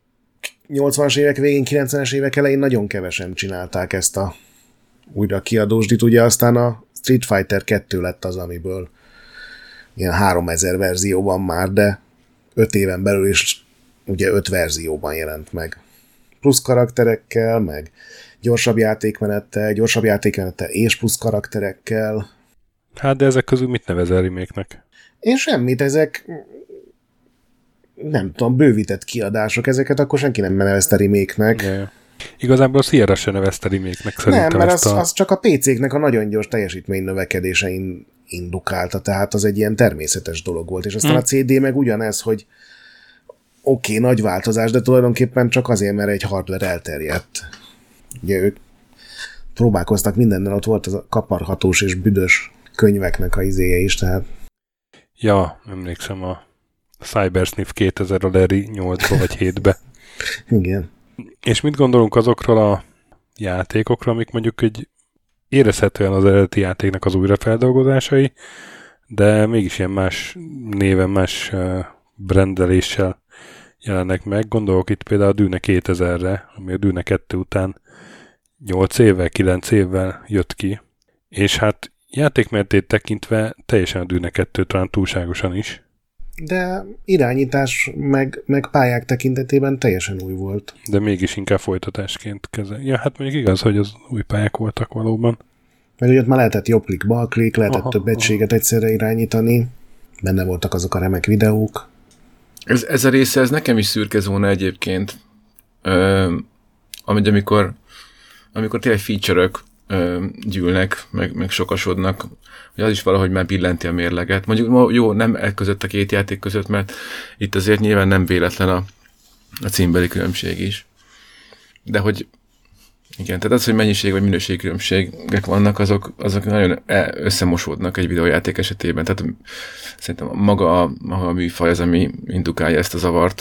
80-as évek végén, 90-es évek elején nagyon kevesen csinálták ezt a újra kiadósdit, ugye aztán a Street Fighter 2 lett az, amiből ilyen 3000 verzió van már, de 5 éven belül is ugye 5 verzióban jelent meg. Plusz karakterekkel, meg gyorsabb játékmenettel és plusz karakterekkel. Hát, de ezek közül mit nevezel remake-nek? Én semmit, ezek nem tudom, bővített kiadások, ezeket akkor senki nem nevezte remake-nek. Ja. Igazából a Sierra se nevezte remake-nek szerintem. Nem, mert az csak a PC-knek a nagyon gyors teljesítmény növekedése indukálta, tehát az egy ilyen természetes dolog volt, és aztán a CD meg ugyanez, hogy oké, nagy változás, de tulajdonképpen csak azért, mert egy hardware elterjedt. Ugye ők próbálkoztak mindennel, ott volt az a kaparhatós és büdös könyveknek a izéje is, tehát... Ja, emlékszem a Cybersniff 2000 a Larry 8-ba vagy 7-be. Igen. És mit gondolunk azokról a játékokról, amik mondjuk egy érezhetően az eredeti játéknak az újrafeldolgozásai, de mégis ilyen más néven, más brandeléssel jelennek meg. Gondolok itt például a Dune 2000-re, ami a Dune 2 után 8 évvel, 9 évvel jött ki, és hát játékmenetét tekintve teljesen a Dune 2 talán túlságosan is. De irányítás meg pályák tekintetében teljesen új volt. De mégis inkább folytatásként kezel. Ja, hát még igaz, hogy az új pályák voltak valóban. Meg ugye ott már lehetett jobb klik, bal klik, lehetett több egységet egyszerre irányítani. Benne voltak azok a remek videók. Ez a része, ez nekem is szürke zóna egyébként. Amikor tényleg feature-ök gyűlnek, meg sokasodnak, hogy az is valahogy már billenti a mérleget. Mondjuk jó, nem között a két játék között, mert itt azért nyilván nem véletlen a címbeli különbség is. De hogy igen, tehát az, hogy mennyiség vagy minőségi különbségek vannak, azok nagyon összemosódnak egy videójáték esetében. Tehát szerintem maga a műfaj az, ami indukálja ezt a zavart.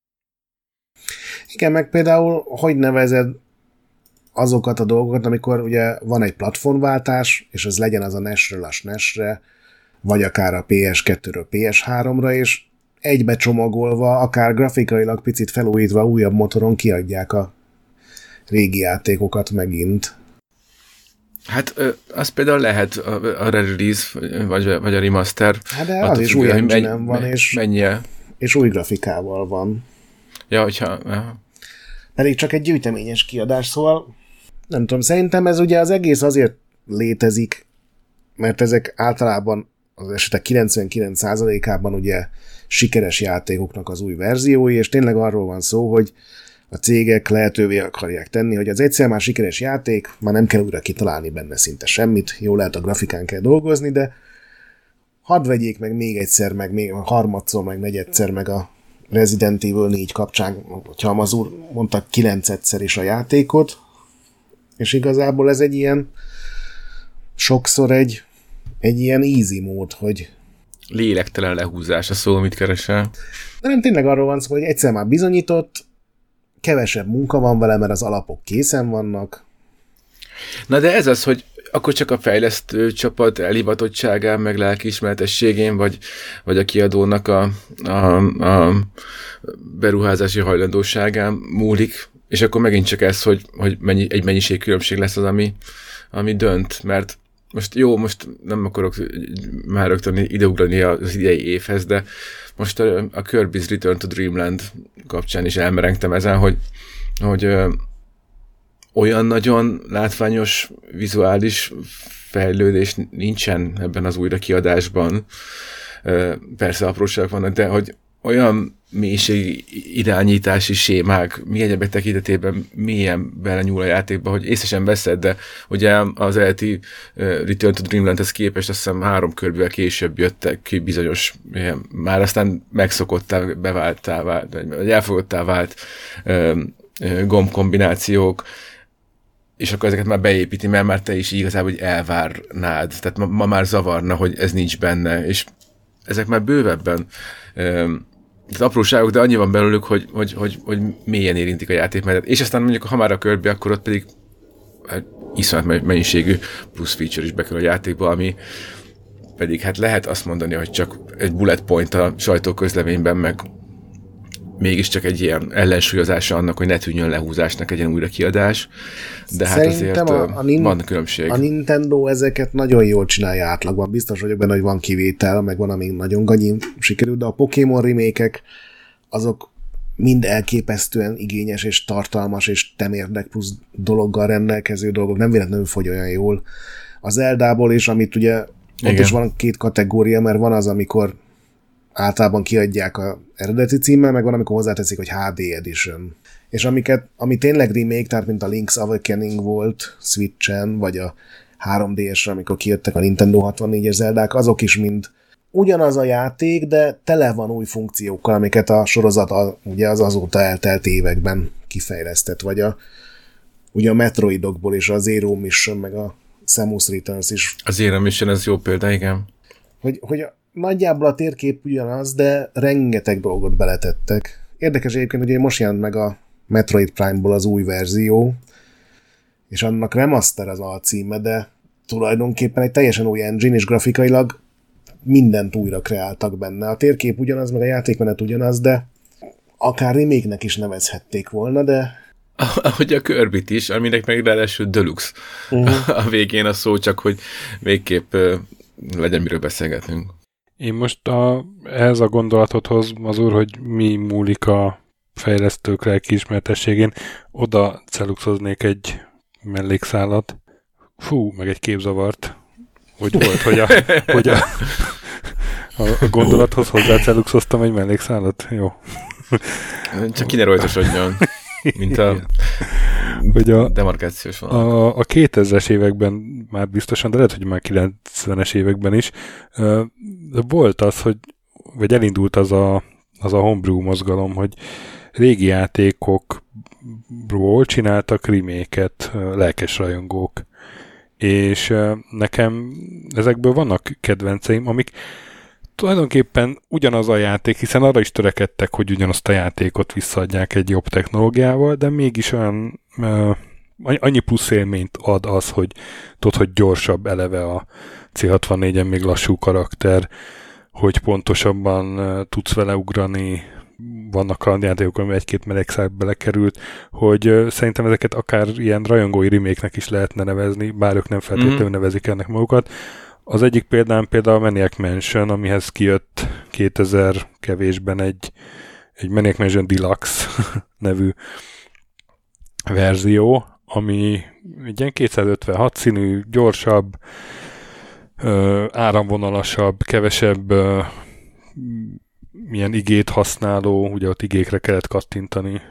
Igen, meg például, hogy nevezed azokat a dolgokat, amikor ugye van egy platformváltás, és az legyen az a NES-ről a SNES-re, vagy akár a PS2-ről PS3-ra, és egybe csomagolva, akár grafikailag picit felújítva újabb motoron kiadják a régi játékokat megint. Hát az például lehet a re-release, vagy a remaster. Hát de az is új engine-en van, és új grafikával van. Ja, hogyha... Pedig csak egy gyűjteményes kiadás, szóval nem tudom, szerintem ez ugye az egész azért létezik, mert ezek általában az esetek 99%-ában ugye sikeres játékoknak az új verziói, és tényleg arról van szó, hogy a cégek lehetővé akarják tenni, hogy az egyszer már sikeres játék, már nem kell újra kitalálni benne szinte semmit, jó lehet a grafikán kell dolgozni, de hadd vegyék meg még egyszer, meg még harmadszor, meg negyedszer meg Resident Evil 4 kapcsán, hogyha Mazur mondtak 9-szer is a játékot, és igazából ez egy ilyen sokszor egy ilyen easy mód, hogy lélektelen lehúzás a szó, amit keresel. De nem tényleg arról van szó, hogy egyszer már bizonyított, kevesebb munka van vele, mert az alapok készen vannak. Na de ez az, hogy akkor csak a fejlesztő csapat elhivatottságán, meg lelkiismeretességén, vagy a kiadónak a beruházási hajlandóságán múlik, és akkor megint csak ez, hogy egy mennyiségkülönbség lesz az, ami dönt, mert most nem akarok már rögtön ideugrani az idei évhez, de most a Kirby's Return to Dreamland kapcsán is elmerengtem ezen, hogy olyan nagyon látványos vizuális fejlődés nincsen ebben az újrakiadásban. Persze apróságok vannak, de hogy olyan mélység irányítási sémák, mi egyebek tekintetében milyen belenyúl a játékba, hogy észre sem veszed, de ugye az eredeti Return to Dreamlandhez képest azt hiszem 3 körből később jöttek ki bizonyos, már aztán megszokottá, beváltá vált, vagy elfogottá vált gombkombinációk, és akkor ezeket már beépíti, mert már te is igazából hogy elvárnád. Tehát ma már zavarna, hogy ez nincs benne, és ezek már bővebben apróságok, de annyi van belőlük, hogy mélyen érintik a játékmenetet. És aztán mondjuk, ha már a Kirby, akkor ott pedig iszonyat mennyiségű plusz feature is bekerül a játékba, ami pedig hát lehet azt mondani, hogy csak egy bullet point a sajtóközleményben, meg mégiscsak egy ilyen ellensúlyozása annak, hogy ne tűnjön lehúzásnak egy ilyen újrakiadás, de hát azért van különbség. A Nintendo ezeket nagyon jól csinálja átlagban, biztos vagyok benne, hogy van kivétel, meg van, amíg nagyon gagyin sikerül, de a Pokémon remake-ek azok mind elképesztően igényes és tartalmas és temérdek plusz dologgal rendelkező dolgok, nem véletlenül fogy olyan jól. Az Zeldából is, amit ugye ott is van 2 kategória, mert van az, amikor általában kiadják a eredeti címmel, meg van, amikor hozzáteszik, hogy HD Edition. És ami tényleg remake, tehát mint a Link's Awakening volt Switchen, vagy a 3DS-re, amikor kijöttek a Nintendo 64-es Zeldák, azok is mind ugyanaz a játék, de tele van új funkciókkal, amiket a sorozat ugye az azóta eltelt években kifejlesztett, vagy ugye a Metroidokból is, a Zero Mission, meg a Samus Returns is. A Zero Mission, ez jó példa, igen. Hogy nagyjából a térkép ugyanaz, de rengeteg dolgot beletettek. Érdekes egyébként, hogy most jelent meg a Metroid Prime-ból az új verzió, és annak remaster az alcíme, de tulajdonképpen egy teljesen új engine, és grafikailag mindent újra kreáltak benne. A térkép ugyanaz, meg a játékmenet ugyanaz, de akár remake-nek is nevezhették volna, de... Ahogy a Kirbyt is, aminek meg ráadásul Deluxe. A végén a szó, csak hogy végképp legyen miről beszélgetnünk. Én most ehhez a gondolatodhoz, Mazur, hogy mi múlik a fejlesztők lelkiismeretességén, oda celuxoznék egy mellékszálat. Fú, meg egy képzavart. Hogy volt, hogy a gondolathoz hozzá celuxoztam egy mellékszálat? Jó. Csak ki ne rajtosodjon, mint a demarkációs vonal. A 2000-es években már biztosan, de lehet, hogy már 90-es években is volt az, vagy elindult az a homebrew mozgalom, hogy régi játékokról csináltak remake-et lelkes rajongók. És nekem ezekből vannak kedvenceim, amik tulajdonképpen ugyanaz a játék, hiszen arra is törekedtek, hogy ugyanazt a játékot visszaadják egy jobb technológiával, de mégis olyan annyi plusz élményt ad az, hogy tudod, hogy gyorsabb eleve a C64-en még lassú karakter, hogy pontosabban tudsz vele ugrani, vannak kalandjátékok, ami 1-2 melegszák belekerült, hogy szerintem ezeket akár ilyen rajongói remake-nek is lehetne nevezni, bár ők nem feltétlenül nevezik ennek magukat. Az egyik például a Maniac Mansion, amihez kijött 2000 kevésben egy Maniac Mansion Deluxe nevű verzió, ami egy ilyen 256 színű, gyorsabb, áramvonalasabb, kevesebb milyen igét használó, ugye ott igékre kellett kattintani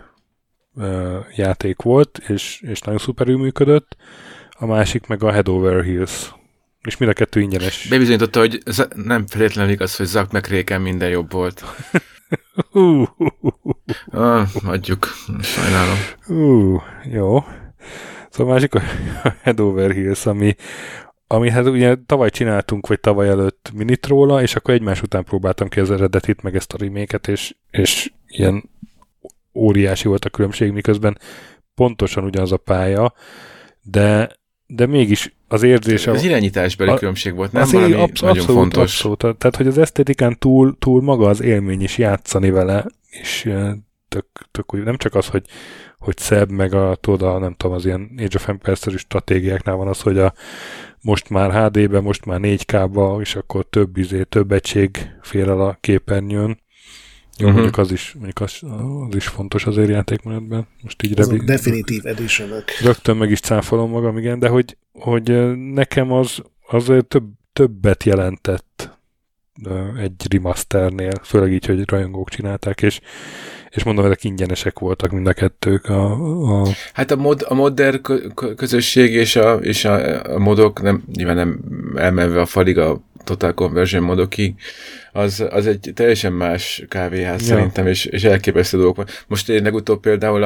játék volt, és nagyon szuperül működött. A másik meg a Head Over Heels. És mind a kettő ingyenes. Bebizonyította, hogy nem feltétlenül igaz, hogy Zack McRae-ken minden jobb volt. Hagyjuk, sajnálom. Jó. Szóval másik a Head Over Heels, ami hát ugye tavaly csináltunk, vagy tavaly előtt minit róla, és akkor egymás után próbáltam ki az eredetit, meg ezt a remake-et, és ilyen óriási volt a különbség, miközben pontosan ugyanaz a pálya, de mégis az érzés... Az irányításbeli különbség volt, nem valami nagyon fontos. Abszolút. Tehát, hogy az esztétikán túl maga az élmény is játszani vele, és tök úgy, nem csak az, hogy szebb, meg nem tudom, az ilyen Age of Empires-szerű stratégiáknál van az, hogy most már HD-be, most már 4K-ba, és akkor több egység fér el a képernyőn. Jó, mondjuk az is fontos azért játékmenetben. Most így Definitív edition-ök. Rögtön meg is cáfolom magam, igen, de hogy nekem az többet jelentett egy remasternél, főleg így, hogy rajongók csinálták, és mondom, ezek ingyenesek voltak mind a kettők. Hát a modder közösség és a modok, nyilván nem elmenve a falig a Total Conversion modokig, az egy teljesen más kávéház szerintem, és elképesztő dolgok van. Most én legutóbb például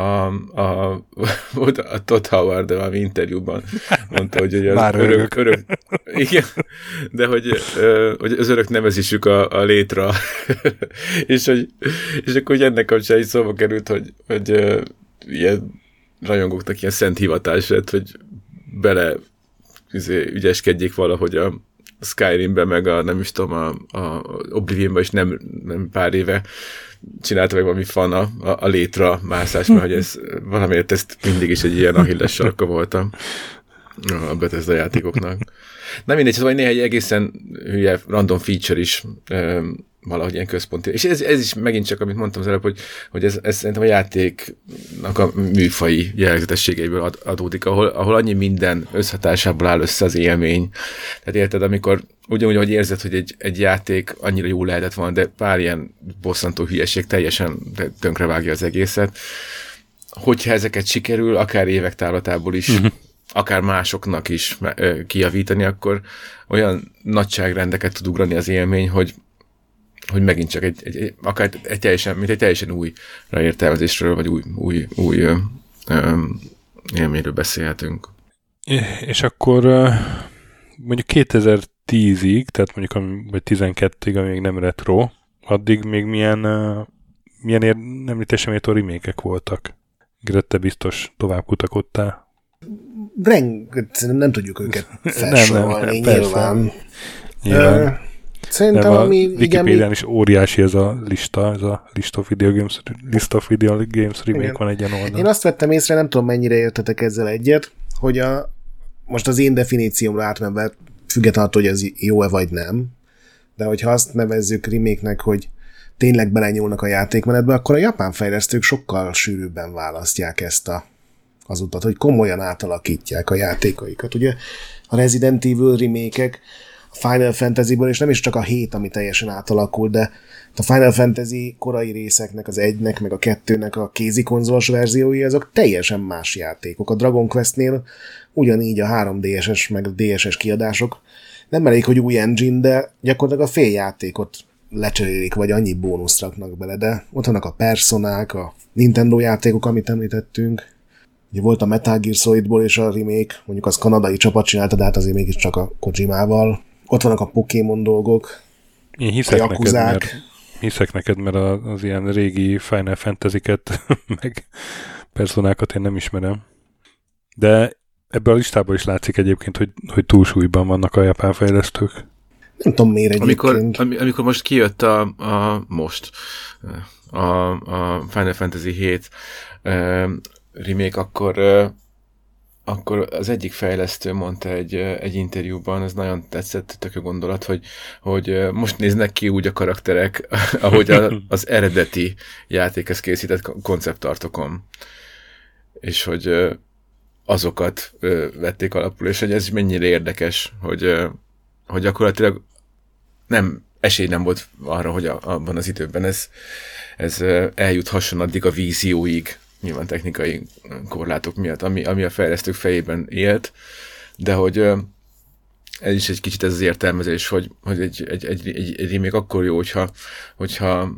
a Todd Howard valami interjúban mondta, hogy az örök igen, de hogy az örök nevezésük a létra. és akkor hogy ennek kapcsán is szóba került, hogy ilyen rajongóknak ilyen szent hivatás lett, hogy bele ügyeskedjék valahogy a Skyrimben, meg nem is tudom, a Oblivionban is nem pár éve csinálta meg valami fan a létra mászás, mert hogy ez valamiért ezt mindig is egy ilyen Achilles sarka volt a Bethesda játékoknak. Na mindegy, szóval néha egy egészen hülye random feature is valahogy ilyen központi. És ez is megint csak, amit mondtam az előbb, hogy ez szerintem a játéknak a műfai jellegzetességeiből adódik, ahol annyi minden összhatásából áll össze az élmény. Tehát érted, amikor ugyanúgy, hogy érzed, hogy egy játék annyira jó lehetett volna, de pár ilyen bosszantó hülyeség teljesen tönkrevágja az egészet. Hogyha ezeket sikerül, akár évek távlatából is, akár másoknak is kijavítani, akkor olyan nagyságrendeket tud ugrani az élmény, hogy megint csak akár egy teljesen új értelmezésről, vagy új élményről beszélhetünk. És akkor mondjuk 2010-ig, tehát mondjuk vagy 12-ig, ami még nem retro, addig még milyen említésem a remékek voltak. Grette biztos tovább kutakodtál. Nem tudjuk őket felsorolni, nyilván. Szerintem, de a Wikipédián is óriási ez a List of Video Games remake van egy ilyen oldal. Én azt vettem észre, nem tudom mennyire értetek ezzel egyet, hogy most az én definíciómra átmenve, függetlenül, hogy ez jó-e vagy nem, de hogyha azt nevezzük remake-nek, hogy tényleg belenyúlnak a játékmenetbe, akkor a japán fejlesztők sokkal sűrűbben választják ezt az utat, hogy komolyan átalakítják a játékaikat. Ugye a Resident Evil remake-ek, a Final Fantasy-ből, és nem is csak a 7, ami teljesen átalakul, de a Final Fantasy korai részeknek, az 1-nek, meg a 2-nek a kézikonzolos verziói, azok teljesen más játékok. A Dragon Quest-nél ugyanígy a 3DS-es, meg a DSS kiadások nem elég, hogy új engine, de gyakorlatilag a fél játékot lecserélik, vagy annyi bónuszt raknak bele, de ott vannak a Personák, a Nintendo játékok, amit említettünk. Ugye volt a Metal Gear Solidból és a remake, mondjuk az kanadai csapat csinálta, de hát azért mégiscsak a Kojimával. Ott vannak a Pokémon dolgok, én hiszek neked, mert az ilyen régi Final Fantasy-ket, meg personákat én nem ismerem. De ebből a listából is látszik egyébként, hogy túlsúlyban vannak a japán fejlesztők. Nem tudom miért egyébként. Amikor most kijött a Final Fantasy 7 remake, akkor az egyik fejlesztő mondta egy interjúban, ez nagyon tetszett, tök jó gondolat, hogy most néznek ki úgy a karakterek, ahogy az eredeti játékhez készített konceptartokon. És hogy azokat vették alapul, és hogy ez mennyire érdekes, hogy gyakorlatilag esély nem volt arra, hogy abban az időben ez eljuthasson addig a vízióig, nyilván technikai korlátok miatt, ami a fejlesztők fejében élt, de hogy ez is egy kicsit ez az értelmezés, hogy egy remake akkor jó, hogyha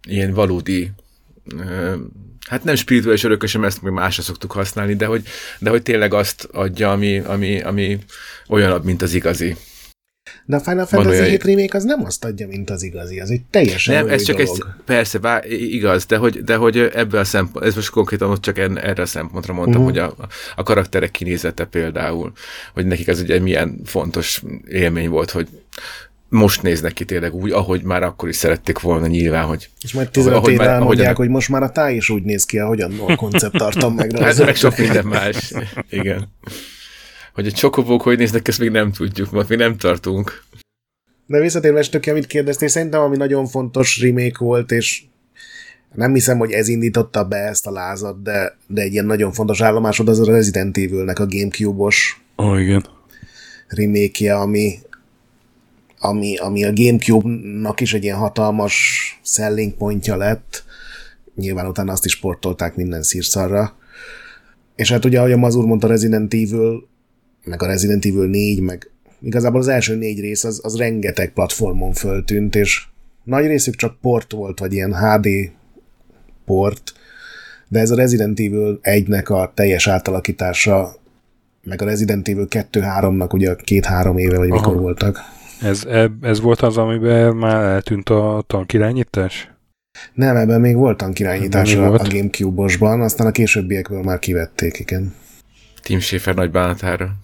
ilyen valódi hát nem spirituális örököse, mert ezt még másra szoktuk használni, de hogy tényleg azt adja, ami olyanabb, mint az igazi. De a Final Fantasy 7 remake az nem azt adja, mint az igazi, az egy teljesen nem, ez csak dolog. Persze, igaz, de hogy ebből a szempont, ez most konkrétan ott csak erre a szempontra mondtam, hogy a karakterek kinézete például, hogy nekik ez ugye milyen fontos élmény volt, hogy most néznek ki tényleg úgy, ahogy már akkor is szerették volna nyilván, hogy... És majd 15 éve elmondják, hogy most már a táj is úgy néz ki, ahogyan a koncepttartom meg. Ez meg sok minden más. Igen. Hogy a csokobók hogy néznek, ezt még nem tudjuk, mert még nem tartunk. De visszatérve Stöki, amit kérdeztél, szerintem ami nagyon fontos remake volt, és nem hiszem, hogy ez indította be ezt a lázat, de egy ilyen nagyon fontos állomásod az a Resident Evil-nek a Gamecube-os igen. remake-je, ami a Gamecube-nak is egy ilyen hatalmas selling pontja lett. Nyilván utána azt is portolták minden szírszarra. És hát ugye, ahogy a Mazur mondta, Resident Evil, meg a Resident Evil 4, meg igazából az első 4 rész az rengeteg platformon föltűnt, és nagy részük csak port volt, vagy ilyen HD port, de ez a Resident Evil 1-nek a teljes átalakítása, meg a Resident Evil 2-3-nak ugye 2-3 éve, vagy mikor voltak. Ez volt az, amiben már eltűnt a tankirányítás? Nem, ebben még volt tankirányítás a Gamecube-osban, aztán a későbbiekből már kivették, igen. Tim Schafer nagy bánatára.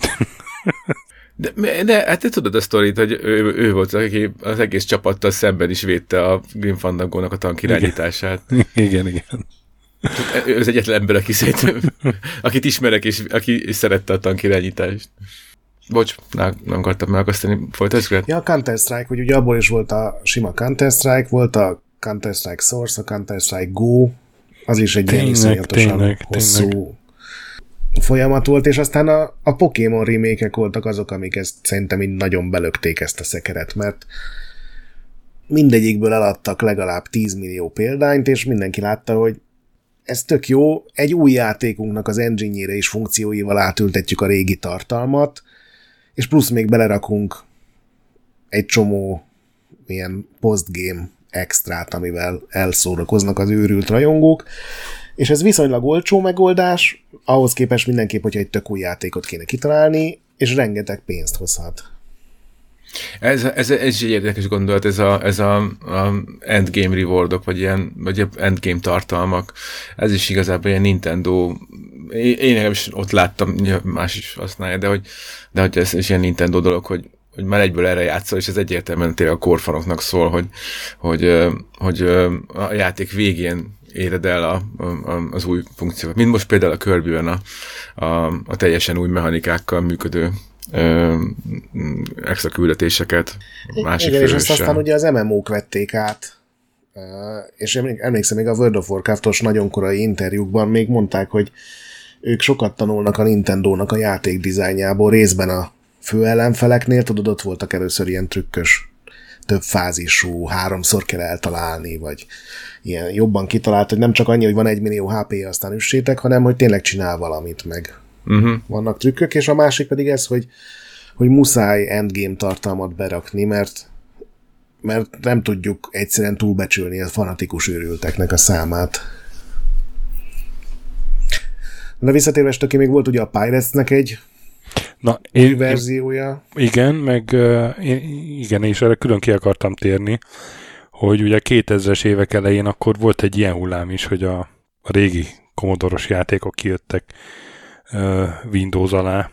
De hát te tudod a sztorit, hogy ő volt, aki az egész csapattal szemben is védte a Grim Fandango-nak a tankirányítását. Igen. Ő az egyetlen ember, akit ismerek, és aki szerette a tankirányítást. Bocs, nem akartam megakasztani, folytasd? Ja, a Counter-Strike, hogy ugye abból is volt a sima Counter-Strike, volt a Counter-Strike Source, a Counter-Strike Go, az is egy ilyen iszonyatosan hosszú folyamat volt, és aztán a Pokémon remake-ek voltak azok, amik ezt szerintem így nagyon belökték ezt a szekeret, mert mindegyikből eladtak legalább 10 millió példányt, és mindenki látta, hogy ez tök jó, egy új játékunknak az engine-jére és funkcióival átültetjük a régi tartalmat, és plusz még belerakunk egy csomó ilyen postgame extrát, amivel elszórakoznak az őrült rajongók, és ez viszonylag olcsó megoldás, ahhoz képest mindenképp, hogyha egy tök új játékot kéne kitalálni, és rengeteg pénzt hozhat. Ez egy érdekes gondolat, ez a endgame rewardok, vagy endgame tartalmak, ez is igazából ilyen Nintendo, én is ott láttam, más is használja, de hogy ez is ilyen Nintendo dolog, hogy már egyből erre játszol, és ez egyértelműen tényleg a korfanoknak szól, hogy a játék végén éred el az új funkciókat. Mint most például a Kirby-ben a teljesen új mechanikákkal működő extra küldetéseket másik főhőssel. És aztán ugye az MMO-k vették át, és emlékszem még a World of Warcraft-os nagyon korai interjúkban még mondták, hogy ők sokat tanulnak a Nintendónak a játék dizájnjából, részben a fő ellenfeleknél, tudod, ott voltak először ilyen trükkös, több fázisú, 3-szor kell eltalálni, vagy ilyen jobban kitalált, hogy nem csak annyi, hogy van 1 millió HP-ja, aztán üssétek, hanem hogy tényleg csinál valamit meg. Vannak trükkök, és a másik pedig ez, hogy muszáj endgame tartalmat berakni, mert nem tudjuk egyszerűen túlbecsülni a fanatikus őrülteknek a számát. De visszatérve Stöki, még volt ugye a Pirates-nek egy új verziója. Igen, igen, és erre külön ki akartam térni, hogy ugye 2000-es évek elején akkor volt egy ilyen hullám is, hogy a régi Commodore-os játékok kijöttek Windows alá,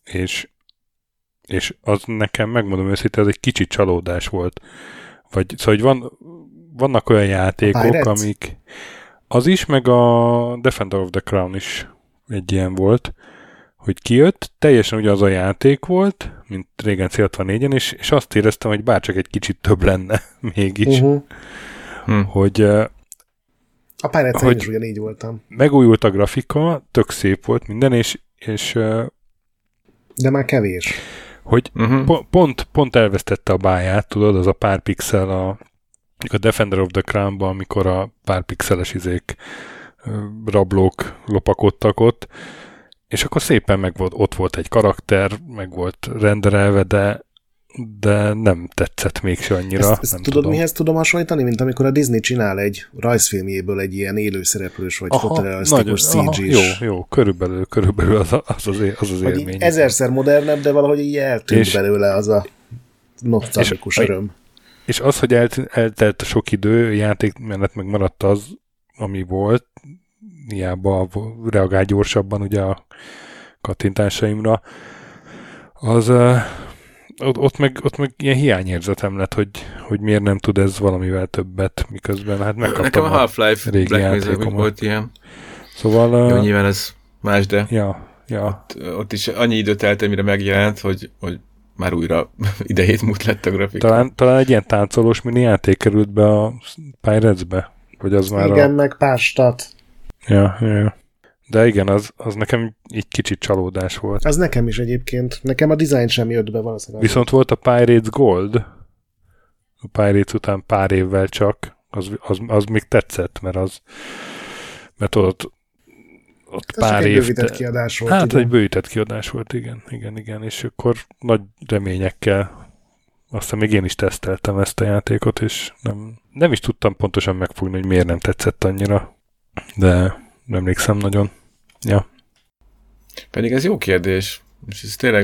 és az nekem, megmondom őszintén, ez egy kicsit csalódás volt. Szóval, hogy vannak olyan játékok, amik az is, meg a Defender of the Crown is egy ilyen volt, hogy kijött, teljesen ugyanaz a játék volt, mint régen C64-en, és azt éreztem, hogy bárcsak egy kicsit több lenne mégis. Hogy a Pirates-en is ugyanígy voltam. Megújult a grafika, tök szép volt minden, és de már kevés. Hogy pont elvesztette a báját, tudod, az a pár pixel a Defender of the Crown-ban, amikor a pár pixeles rablók lopakodtak ott, és akkor szépen ott volt egy karakter, meg volt renderelve, de de nem tetszett mégse annyira. Ezt nem tudod, mihez tudom hasonlítani? Mint amikor a Disney csinál egy rajzfilmjéből egy ilyen élőszereplős vagy fotorealisztikus CG-s. Jó, körülbelül az élmény. Ezerszer modernebb, de valahogy így eltűnt belőle az a nosztalgikus öröm. És az, hogy eltelt a sok idő, játékmenet meg maradt az, ami volt, hiába reagál gyorsabban ugye a kattintásaimra, az ott meg ilyen hiányérzetem lett, hogy miért nem tud ez valamivel többet, miközben hát megkaptam nekem a Half-Life régi játékomat. Volt ilyen. Szóval... Jó, nyilván ez más, de ja. Ott is annyi időt telt, mire megjelent, hogy már újra idejét múlt lett a grafika. Talán egy ilyen táncolós mini játék került be a Pirates-be? Vagy az már igen, meg pástat. Ja. De igen, az nekem így kicsit csalódás volt. Az nekem is egyébként. Nekem a design sem jött be valószínűleg. Viszont volt a Pirates Gold. A Pirates után pár évvel csak. Az még tetszett, mert ott pár év... egy bővített kiadás volt. Hát egy bővített kiadás volt, igen. És akkor nagy reményekkel aztán még én is teszteltem ezt a játékot, és nem is tudtam pontosan megfogni, hogy miért nem tetszett annyira. De nem emlékszem nagyon. Ja. Pedig ez jó kérdés. És ez tényleg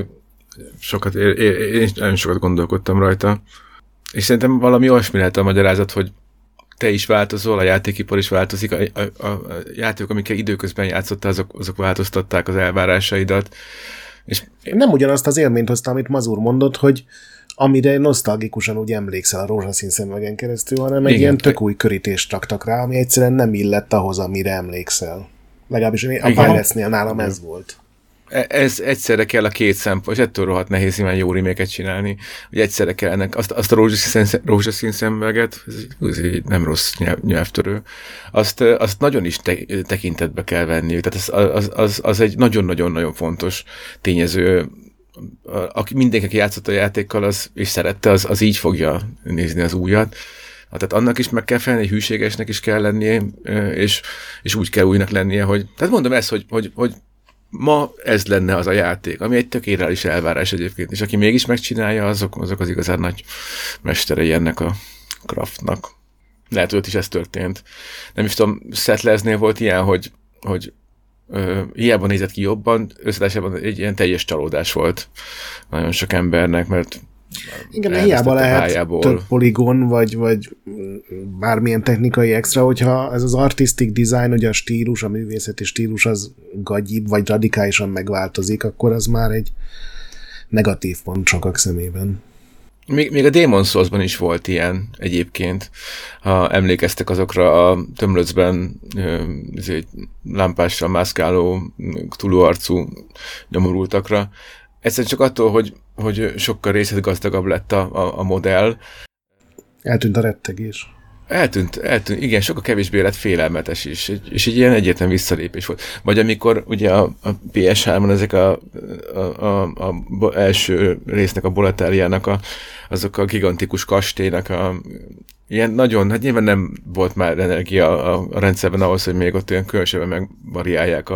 én nagyon sokat gondolkodtam rajta. És szerintem valami olyasmi lehet a magyarázat, hogy te is változol, a játékipar is változik, a játékok, amikkel időközben játszottál, azok változtatták az elvárásaidat. És nem ugyanazt az élményt hozta, amit Mazur mondott, hogy amire nosztalgikusan úgy emlékszel a rózsaszín szemüvegen keresztül, hanem egy ilyen tök új körítést raktak rá, ami egyszerűen nem illett ahhoz, amire emlékszel. Legalábbis a Pirates-nél nálam ez volt. Ez egyszerre kell a két szempont, és ettől rohadt nehéz ilyen jó reméket csinálni, hogy egyszerre kell ennek azt a rózsaszín szemüveget, ez nem rossz nyelvtörő, azt nagyon is tekintetbe kell venni, tehát az egy nagyon-nagyon-nagyon fontos tényező. Mindenki játszott a játékkal, és szerette, az így fogja nézni az újat. Tehát annak is meg kell felelni, hűségesnek is kell lennie, és úgy kell újnak lennie, hogy... Tehát mondom ezt, hogy ma ez lenne az a játék, ami egy tök irreális elvárás egyébként, és aki mégis megcsinálja, azok az igazán nagy mesterei ennek a craftnak. Lehet, hogy ott is ez történt. Nem is tudom, Settlers-nél volt ilyen, hogy hiába nézett ki jobban, összetásában egy ilyen teljes csalódás volt nagyon sok embernek, mert igen, hiába lehet több poligon, vagy bármilyen technikai extra, hogyha ez az artistic design, ugye a stílus, a művészeti stílus az gagyibb, vagy radikálisan megváltozik, akkor az már egy negatív pont sokak szemében. Még a Demon's Souls-ban is volt ilyen egyébként, ha emlékeztek azokra a tömlöcben lámpással mászkáló, túlóarcú nyomorultakra. Egyszerűen csak attól, hogy sokkal részletgazdagabb lett a modell. Eltűnt a rettegés. Eltűnt, igen, sokkal kevésbé lett félelmetes is, és egy ilyen egyetlen visszalépés volt. Vagy amikor ugye a PS3-on ezek a első résznek, a Boletáriának azok a gigantikus kastélynak ilyen nagyon, hát nyilván nem volt már energia a rendszerben ahhoz, hogy még ott olyan különösebben megvariálják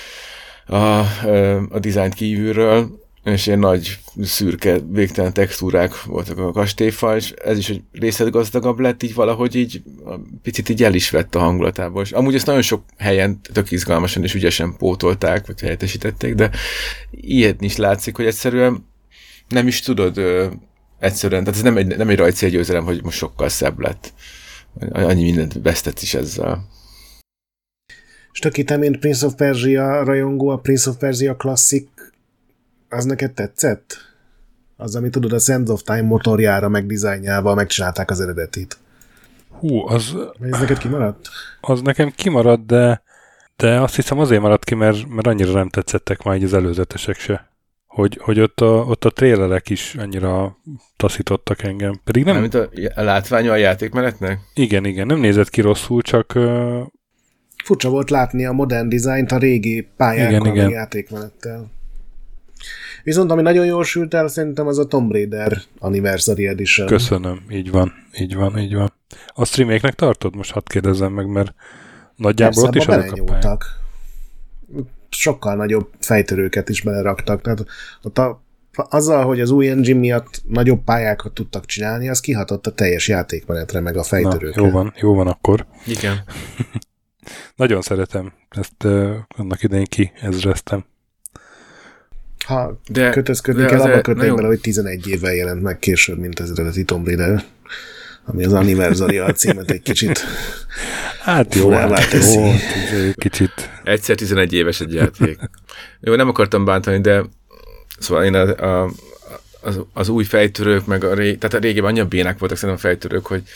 a dizájnt kívülről, és ilyen nagy, szürke, végtelen textúrák voltak a kastélyfal, és ez is, hogy részletgazdagabb lett, így valahogy így picit így el is vett a hangulatából. És amúgy ezt nagyon sok helyen tök izgalmasan és ügyesen pótolták, vagy helyettesítették, de ilyet is látszik, hogy egyszerűen nem is tudod egyszerűen, tehát ez nem egy rajtcélgyőzelem, hogy most sokkal szebb lett. Annyi mindent vesztett is ezzel. És tök itt, mint Prince of Persia rajongó, a Prince of Persia Classic az neked tetszett? Az, ami tudod, a Sands of Time motorjára megdizájnjával megcsinálták az eredetit. Az... Ez neked kimaradt? Az nekem kimaradt, de azt hiszem azért maradt ki, mert annyira nem tetszettek már így az előzetesek se. Hogy ott a trailerek is annyira taszítottak engem. Pedig nem... Mint a látványa a játékmenetnek? Igen, nem nézett ki rosszul, csak... Furcsa volt látni a modern dizájnt a régi pályákkal, a játékmenettel. Viszont ami nagyon jól sült el, szerintem az a Tomb Raider Anniversary Edition. Köszönöm, így van. A streaméknek tartod? Most hadd kérdezzem meg, mert nagyjából persze, ott is azok a pályák. Sokkal nagyobb fejtörőket is beleraktak. Tehát ott a azzal, hogy az új engine miatt nagyobb pályákat tudtak csinálni, az kihatott a teljes játékmenetre, meg a fejtörőkre. Jó van akkor. Igen. Nagyon szeretem. Ezt annak idején kiezreztem. Ha kötözködni kell, abba kötnék bele, hogy 11 évvel jelent meg később, mint az eredeti Tomb Raider, ami az Anniversary alcímet egy kicsit hát jó, kicsit. Egyszer 11 éves egy játék. Jó, nem akartam bántani, de szóval én az új fejtörők, meg tehát a régiben annyira bénák voltak szerintem a fejtörők, hogy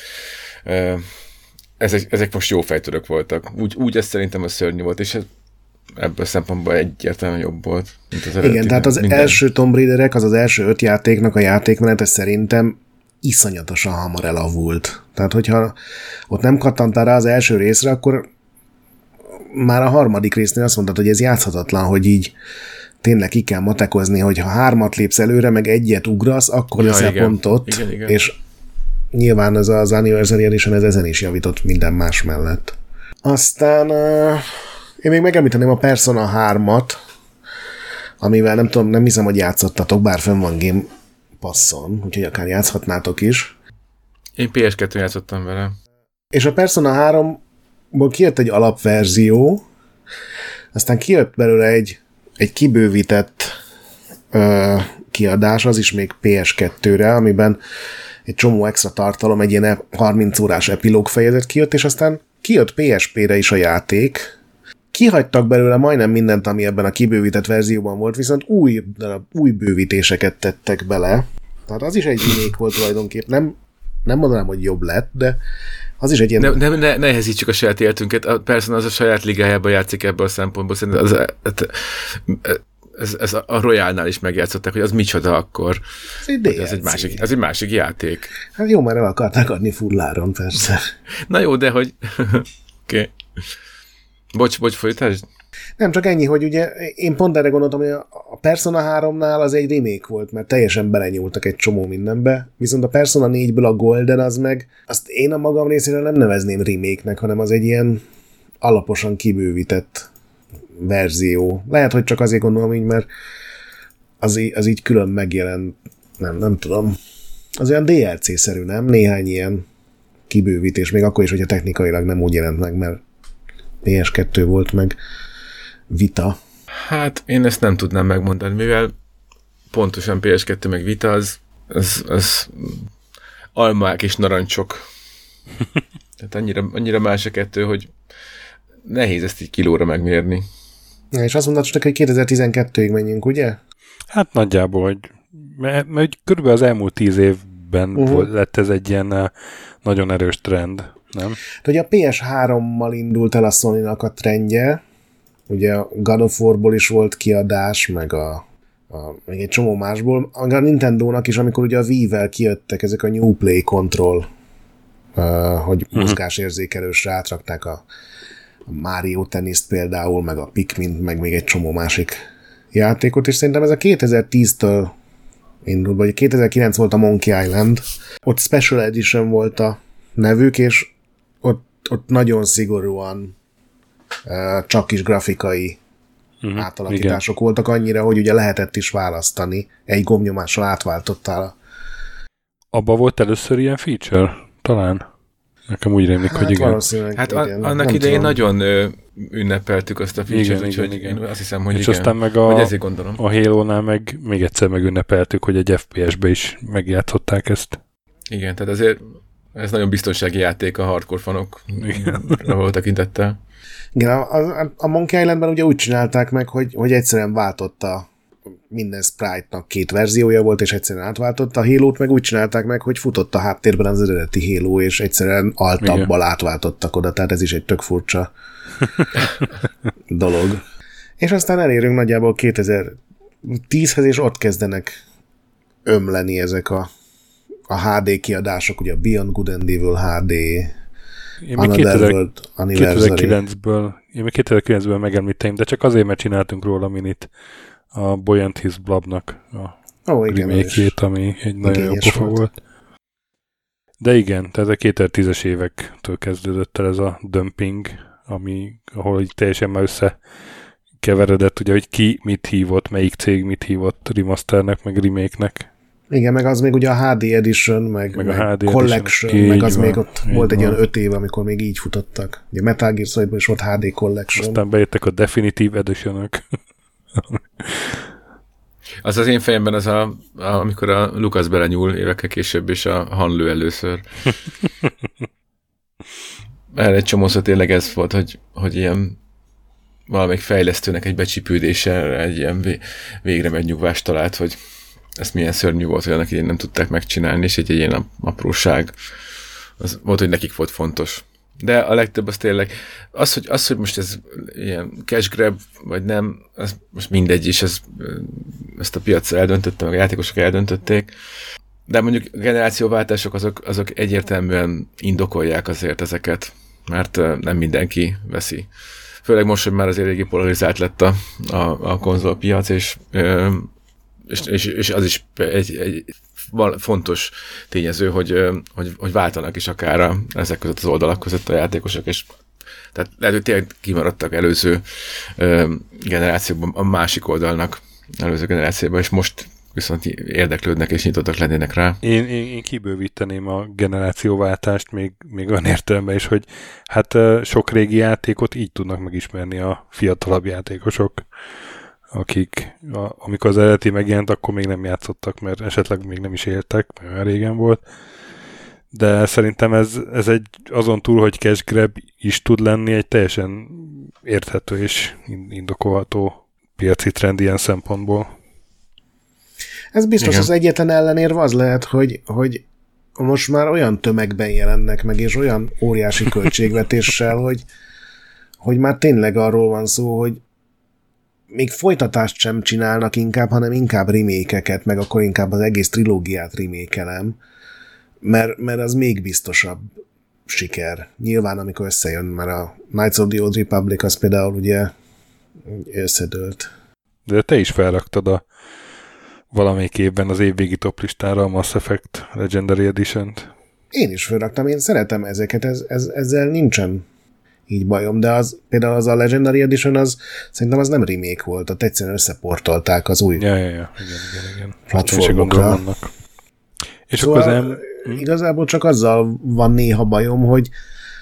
ezek most jó fejtörők voltak. Úgy ez szerintem a szörnyű volt, és ebből a szempontból egyértelműen jobb volt, mint az eredeti. Igen, tehát az első Tomb Raiderek, az első 5 játéknak a játékmenete szerintem iszonyatosan hamar elavult. Tehát, hogyha ott nem kattantál rá az első részre, akkor már a harmadik résznél azt mondtad, hogy ez játszhatatlan, hogy így tényleg ki kell matekozni, hogy ha 3 lépsz előre, meg 1 ugrasz, akkor leszel pont ott, igen. És nyilván ez az Anniversary Edition ez ezen is javított minden más mellett. Aztán én még megemlíteném a Persona 3-at, amivel nem tudom, nem hiszem, hogy játszottatok, bár fönn van Game Passon, úgyhogy akár játszhatnátok is. Én PS2 játszottam vele. És a Persona 3-ból kijött egy alapverzió, aztán kijött belőle egy kibővített kiadás, az is még PS2-re, amiben egy csomó extra tartalom, egy ilyen 30 órás epilóg fejezet kijött, és aztán kijött PSP-re is a játék. Kihagytak belőle majdnem mindent, ami ebben a kibővített verzióban volt, viszont új bővítéseket tettek bele. Tehát az is egy remake volt tulajdonképp. Nem mondanám, hogy jobb lett, de az is egy ilyen... Ne nehezítsük a saját életünket. Persze az a saját ligájában játszik ebből a szempontból. Szerintem ez a Royale-nál is megjátszották, hogy az micsoda akkor. Ez egy másik játék. Hát jó, mert el akarták adni fulláron, persze. Na jó, de hogy... Oké. Bocs, folytasd. Nem, csak ennyi, hogy ugye én pont erre gondoltam, hogy a Persona 3-nál az egy remake volt, mert teljesen belenyúltak egy csomó mindenbe, viszont a Persona 4-ből a Golden az meg, azt én a magam részéről nem nevezném remake-nek, hanem az egy ilyen alaposan kibővített verzió. Lehet, hogy csak azért gondolom így, mert az így külön megjelent, nem tudom. Az olyan DLC-szerű, nem? Néhány ilyen kibővítés, még akkor is, hogyha technikailag nem úgy jelent meg, mert PS2 volt meg Vita. Hát én ezt nem tudnám megmondani, mivel pontosan PS2 meg Vita az almák és narancsok. Tehát annyira más a kettő, hogy nehéz ezt így kilóra megmérni. Ja, és azt mondtad, hogy 2012-ig menjünk, ugye? Hát nagyjából, hogy mert körülbelül az elmúlt 10 évben lett ez egy ilyen nagyon erős trend, nem? Ugye a PS3-mal indult el a Sony-nak a trendje, ugye a God of War-ból is volt kiadás, meg még egy csomó másból, a Nintendo-nak is, amikor ugye a Wii-vel kijöttek ezek a New Play Control, hogy mozgásérzékelősre átrakták a Mario Tennis például, meg a Pikmin, meg még egy csomó másik játékot, és szerintem ez a 2010-től indult, vagy 2009 volt a Monkey Island, ott Special Edition volt a nevük, és ott nagyon szigorúan csak is grafikai átalakítások voltak annyira, hogy ugye lehetett is választani, egy gombnyomással átváltottál. Abba volt először ilyen feature? Talán. Nekem úgy rémlik, hogy igen. Hát annak idején nagyon ünnepeltük azt a feature-t, úgyhogy igen. Azt hiszem, hogy és igen. aztán meg a Halo-nál meg még egyszer megünnepeltük, hogy egy FPS-be is megjátszották ezt. Igen, tehát azért ez nagyon biztonsági játék a hardcore fanokra volt tekintettel. Igen, a Monkey Islandben ugye úgy csinálták meg, hogy egyszerűen váltotta minden sprite-nak 2 verziója volt, és egyszerűen átváltotta. A Halo-t meg úgy csinálták meg, hogy futott a háttérben az eredeti Halo, és egyszerűen altabbal átváltottak oda, tehát ez is egy tök furcsa dolog. És aztán elérünk nagyjából 2010-hez, és ott kezdenek ömleni ezek a HD kiadások, ugye a Beyond Good and Evil HD, Another World Anniversary. 2009-ből megemlítem, de csak azért, mert csináltunk róla minit a Buoyant His Blobnak a remake-ét, ami egy nagyon jó pofa volt. De igen, tehát a 2010-es évektől kezdődött el ez a dumping, ahol így teljesen már keveredett, ugye, hogy ki mit hívott, melyik cég mit hívott remasternek, meg remake-nek. Igen, meg az még ugye a HD Edition, meg a HD Collection, Edition. meg az van, még ott volt egy van. olyan 5 év, amikor még így futottak. Ugye Metal Gear Solidban is volt HD Collection. Aztán bejöttek a Definitive Edition-ök. Az én fejemben az amikor a Lucas belenyúl évekkel később, és a Han lő először. Erre egy csomószor tényleg ez volt, hogy ilyen valamelyik fejlesztőnek egy becsipődése egy ilyen végre megnyugvást talált, hogy ez milyen szörnyű volt, hogy annak idején nem tudták megcsinálni, és egy ilyen apróság az volt, hogy nekik volt fontos. De a legtöbb az tényleg, az, hogy most ez ilyen cash grab, vagy nem, az most mindegy is, ezt a piac eldöntötte, meg a játékosok eldöntötték, de mondjuk a generációváltások azok egyértelműen indokolják azért ezeket, mert nem mindenki veszi. Főleg most, hogy már azért eléggé polarizált lett a konzolpiac, és az is egy fontos tényező, hogy váltanak is akár ezek között az oldalak között a játékosok, és tehát lehet, hogy tényleg kimaradtak előző generációkban a másik oldalnak, előző generációban, és most viszont érdeklődnek és nyitottak lennének rá. Én kibővíteném a generációváltást még olyan értelemben is, hogy hát sok régi játékot így tudnak megismerni a fiatalabb játékosok, akik amikor az eredeti megjelent, akkor még nem játszottak, mert esetleg még nem is éltek, mert olyan régen volt. De szerintem ez egy azon túl, hogy cash grab is tud lenni, egy teljesen érthető és indokolható piaci trend ilyen szempontból. Ez biztos. Igen. Az egyetlen ellenérve az lehet, hogy most már olyan tömegben jelennek meg, és olyan óriási költségvetéssel, hogy már tényleg arról van szó, hogy még folytatást sem csinálnak inkább, hanem inkább remake-eket, meg akkor inkább az egész trilógiát remake-elem, mert az még biztosabb siker. Nyilván, amikor összejön, mert a Knights of the Old Republic az például ugye összedőlt. De te is felraktad valamelyik évben az évvégi toplistára a Mass Effect Legendary Edition-t. Én is felraktam, én szeretem ezeket, ezzel nincsen így bajom, de például az a Legendary Edition, szerintem az nem remake volt, ott egyszerűen összeportolták az új igen. platformokra. És szóval akkor igazából csak azzal van néha bajom, hogy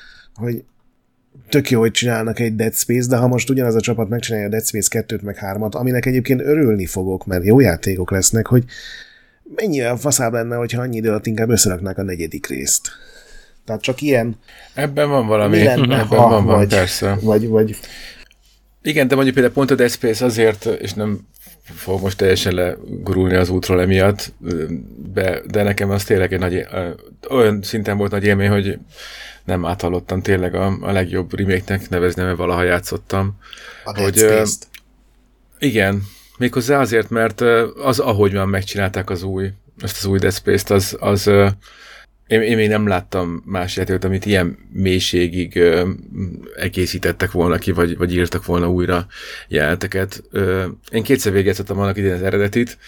tök jó, hogy csinálnak egy Dead Space, de ha most ugyanaz a csapat megcsinálja a Dead Space 2-t meg 3-at, aminek egyébként örülni fogok, mert jó játékok lesznek, hogy mennyivel faszább lenne, hogyha annyi idő alatt inkább összeraknák a 4. részt. Tehát csak ilyen... Ebben van valami. Lenne, ebben van, persze. Vagy... Igen, de mondjuk például pont a Dead Space azért, és nem fog most teljesen legurulni az útról emiatt, de nekem az tényleg egy olyan szinten volt nagy élmény, hogy nem áthallottam tényleg a legjobb remake-nek nevezni, mert valaha játszottam. A Dead Space-t. Igen, méghozzá azért, mert az, ahogy már megcsinálták ezt az új Dead Space-t, az én még nem láttam más játékot, amit ilyen mélységig egészítettek volna ki, vagy írtak volna újra jeleneteket. Én 2-szer végigjátszottam annak idén az eredetit,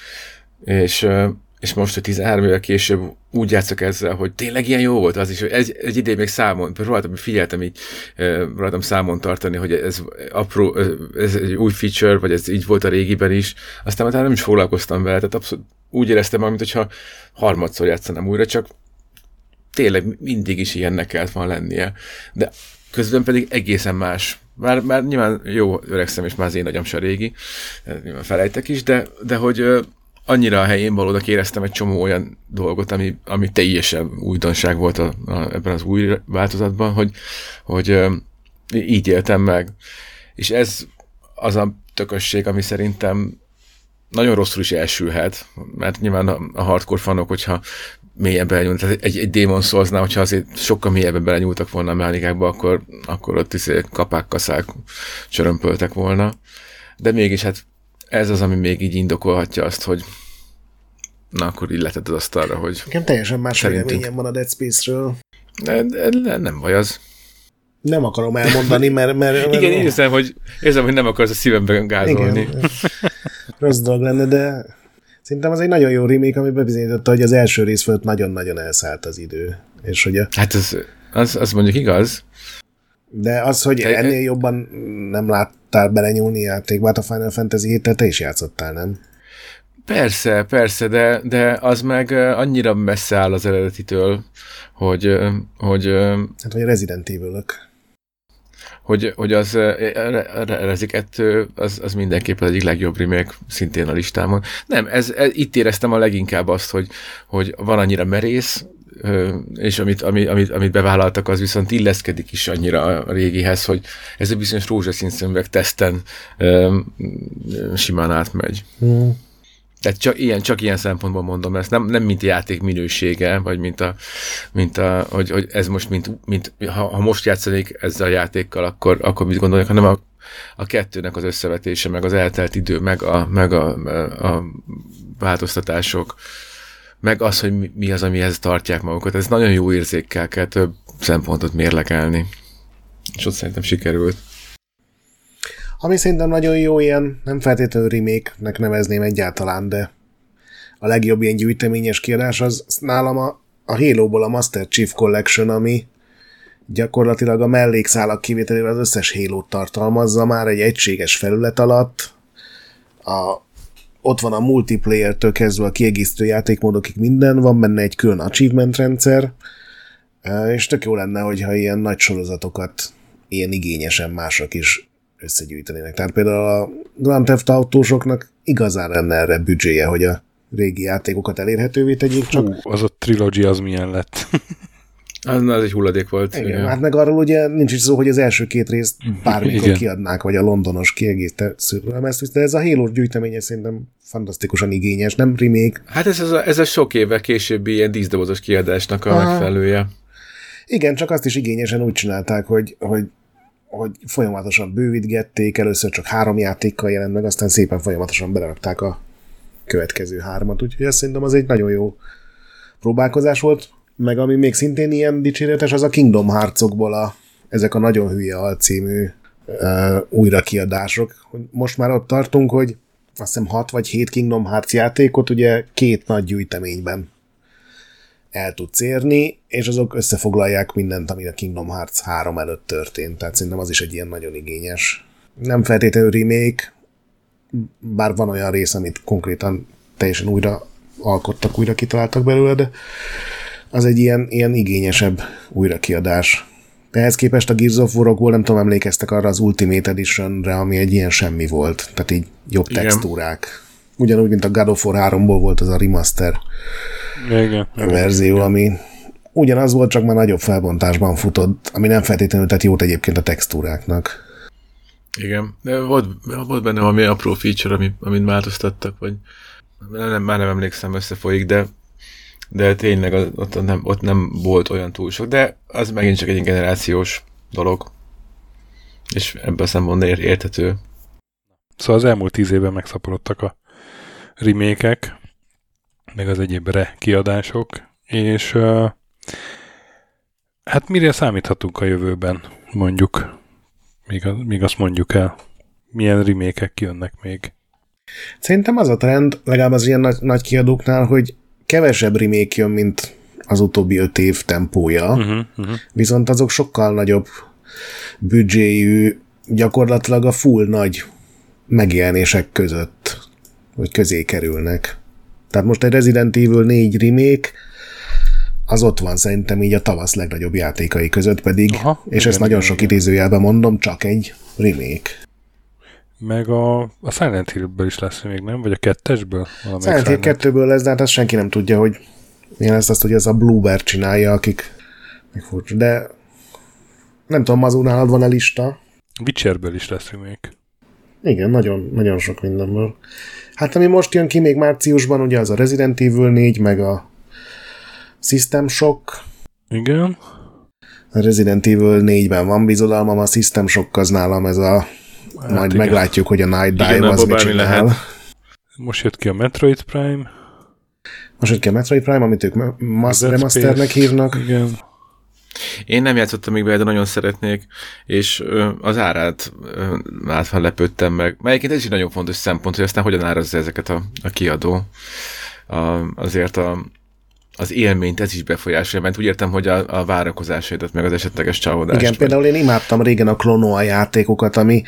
és most, hogy 13 évvel később úgy játszok ezzel, hogy tényleg ilyen jó volt az is, hogy egy idén még figyeltem így, próbáltam számon tartani, hogy ez apró, ez egy új feature, vagy ez így volt a régiben is, aztán utána nem is foglalkoztam vele, tehát abszolút úgy éreztem, mintha harmadszor játszanám újra, csak tényleg mindig is ilyennek kellett volna lennie. De közben pedig egészen más. Már nyilván jó öregszem, és már az én agyam se régi, nyilván felejtek is, de hogy annyira a helyén valódak éreztem egy csomó olyan dolgot, ami teljesen újdonság volt ebben az új változatban, hogy így éltem meg. És ez az a tökösség, ami szerintem nagyon rosszul is elsülhet, mert nyilván a hardcore fanok, hogyha mélyen belenyúlt, tehát egy Demon's Souls-nál, hogyha azért sokkal mélyebben belenyúltak volna a mechanikákba, akkor ott kapák, kaszák csörömpöltek volna. De mégis hát ez az, ami még így indokolhatja azt, hogy na, akkor így letett az asztalra, hogy... Nekem teljesen más véleményem van a Dead Space-ről. Nem baj az. Nem akarom elmondani, mert igen, érzem, hogy nem akarsz a szívemben gázolni. Igen. Rossz dolog lenne, de szerintem az egy nagyon jó remake, ami bebizonyította, hogy az első rész fölött nagyon-nagyon elszállt az idő. És hogy hát az mondjuk igaz. De az, hogy ennél jobban nem tudtál belenyúlni játékba, hát a Final Fantasy 7-tel te is játszottál, nem? Persze, de az meg annyira messze áll az eredetitől, hogy hát vagy a Resident Evil-ök. Hogy az Rezi 2 az mindenképpen egyik legjobb remake szintén a listámon. Nem, itt éreztem a leginkább azt, hogy van annyira merész, és amit bevállaltak, az viszont illeszkedik is annyira a régihez, hogy ez a bizonyos rózsaszín szemüveg teszten simán átmegy. Tehát csak ilyen szempontból mondom ezt, nem mint játék minősége, vagy hogy ez most, ha most játszanék ezzel a játékkal, akkor mit gondolják, hanem a kettőnek az összevetése, meg az eltelt idő, meg a változtatások, meg az, hogy mi az, amihez tartják magukat. Ez nagyon jó érzékkel kell több szempontot mérlegelni. És ott szerintem sikerült. Ami szerintem nagyon jó ilyen, nem feltétlenül remake-nek nevezném egyáltalán, de a legjobb ilyen gyűjteményes kiadás az nálam a Halo-ból a Master Chief Collection, ami gyakorlatilag a mellékszálak kivételével az összes Halo-t tartalmazza már egy egységes felület alatt. Ott van a multiplayer-től kezdve a kiegészítő játékmódokig minden, van benne egy külön achievement rendszer, és tök jó lenne, hogyha ilyen nagy sorozatokat ilyen igényesen mások is összegyűjtenének. Tehát például a Grand Theft Autósoknak igazán lenne erre büdzséje, hogy a régi játékokat elérhetővé tegyék, csak... az a trilogy az milyen lett? Az egy hulladék volt. Igen, hát meg arról ugye nincs is szó, hogy az első két részt bármikor kiadnák, vagy a londonos kiegészítő lemezt, de ez a Halo gyűjteménye szerintem fantasztikusan igényes, nem remake. Hát ez a sok évvel későbbi ilyen díszdobozos kiadásnak a megfelelője. Igen, csak azt is igényesen úgy csinálták, hogy folyamatosan bővítgették, először csak 3 játékkal jelent meg, aztán szépen folyamatosan belerakták a következő 3-at, úgyhogy azt szerintem az egy nagyon jó próbálkozás volt, meg ami még szintén ilyen dicséretes, az a Kingdom Hearts-okból ezek a nagyon hülye alcímű újrakiadások. Most már ott tartunk, hogy azt hiszem 6 vagy 7 Kingdom Hearts játékot ugye 2 nagy gyűjteményben el tudsz érni, és azok összefoglalják mindent, ami a Kingdom Hearts 3 előtt történt. Tehát szerintem az is egy ilyen nagyon igényes. Nem feltétlenül remake, bár van olyan rész, amit konkrétan teljesen újra alkottak, újra kitaláltak belőle, de az egy ilyen igényesebb újrakiadás. Ehhez képest a Gears of War-okból nem tudom, emlékeztek arra az Ultimate Edition-re, ami egy ilyen semmi volt. Tehát így jobb textúrák. Ugyanúgy, mint a God of War 3-ból volt az a remaster verzió, ami ugyanaz volt, csak már nagyobb felbontásban futott, ami nem feltétlenül tett jót egyébként a textúráknak. Igen, de volt benne valami apró feature, amit változtattak, vagy már nem emlékszem, összefolyik, de tényleg ott nem volt olyan túl sok, de az megint csak egy generációs dolog, és ebben a szempontból érthető. Szóval az elmúlt 10 évben megszaporodtak a remake-ek, meg az egyéb kiadások, és hát mire számíthatunk a jövőben, mondjuk, még azt mondjuk el, milyen remake-ek jönnek még. Szerintem az a trend, legalább az ilyen nagy kiadóknál, hogy kevesebb remake jön, mint az utóbbi 5 év tempója, viszont azok sokkal nagyobb büdzséjű, gyakorlatilag a full nagy megjelenések között, vagy közé kerülnek. Tehát most egy Resident Evil 4 remake, az ott van szerintem így a tavasz legnagyobb játékai között pedig, és ezt nagyon sok idézőjelben mondom, csak egy remake. Meg a Silent Hill-ből is lesz még, nem? Vagy a 2-esből? Silent Hill 2-ből lesz, de hát azt senki nem tudja, hogy milyen lesz, azt, hogy ez a Bluebird csinálja, akik megfurcsa. De nem tudom, azon nálad van a lista. Witcherből is lesz még. Igen, nagyon, nagyon sok mindenből. Hát ami most jön ki még márciusban, ugye az a Resident Evil 4, meg a System Shock. Igen. A Resident Evil 4-ben van bizodalmam, a System Shock az nálam ez a... Hát majd igen. Meglátjuk, hogy a Night Dive az mit csinál. Lehet. Most jött ki a Metroid Prime. Amit ők remasternek hívnak. Igen. Én nem játszottam még vele, de nagyon szeretnék, és az árát átfellepődtem meg. Melyiként ez is nagyon fontos szempont, hogy aztán hogyan árazza ezeket a kiadó. Azért az élményt ez is befolyásolja, mert úgy értem, hogy a várakozásaidat, meg az esetleges csalódást. Igen, például én imádtam régen a Klonoa játékokat, ami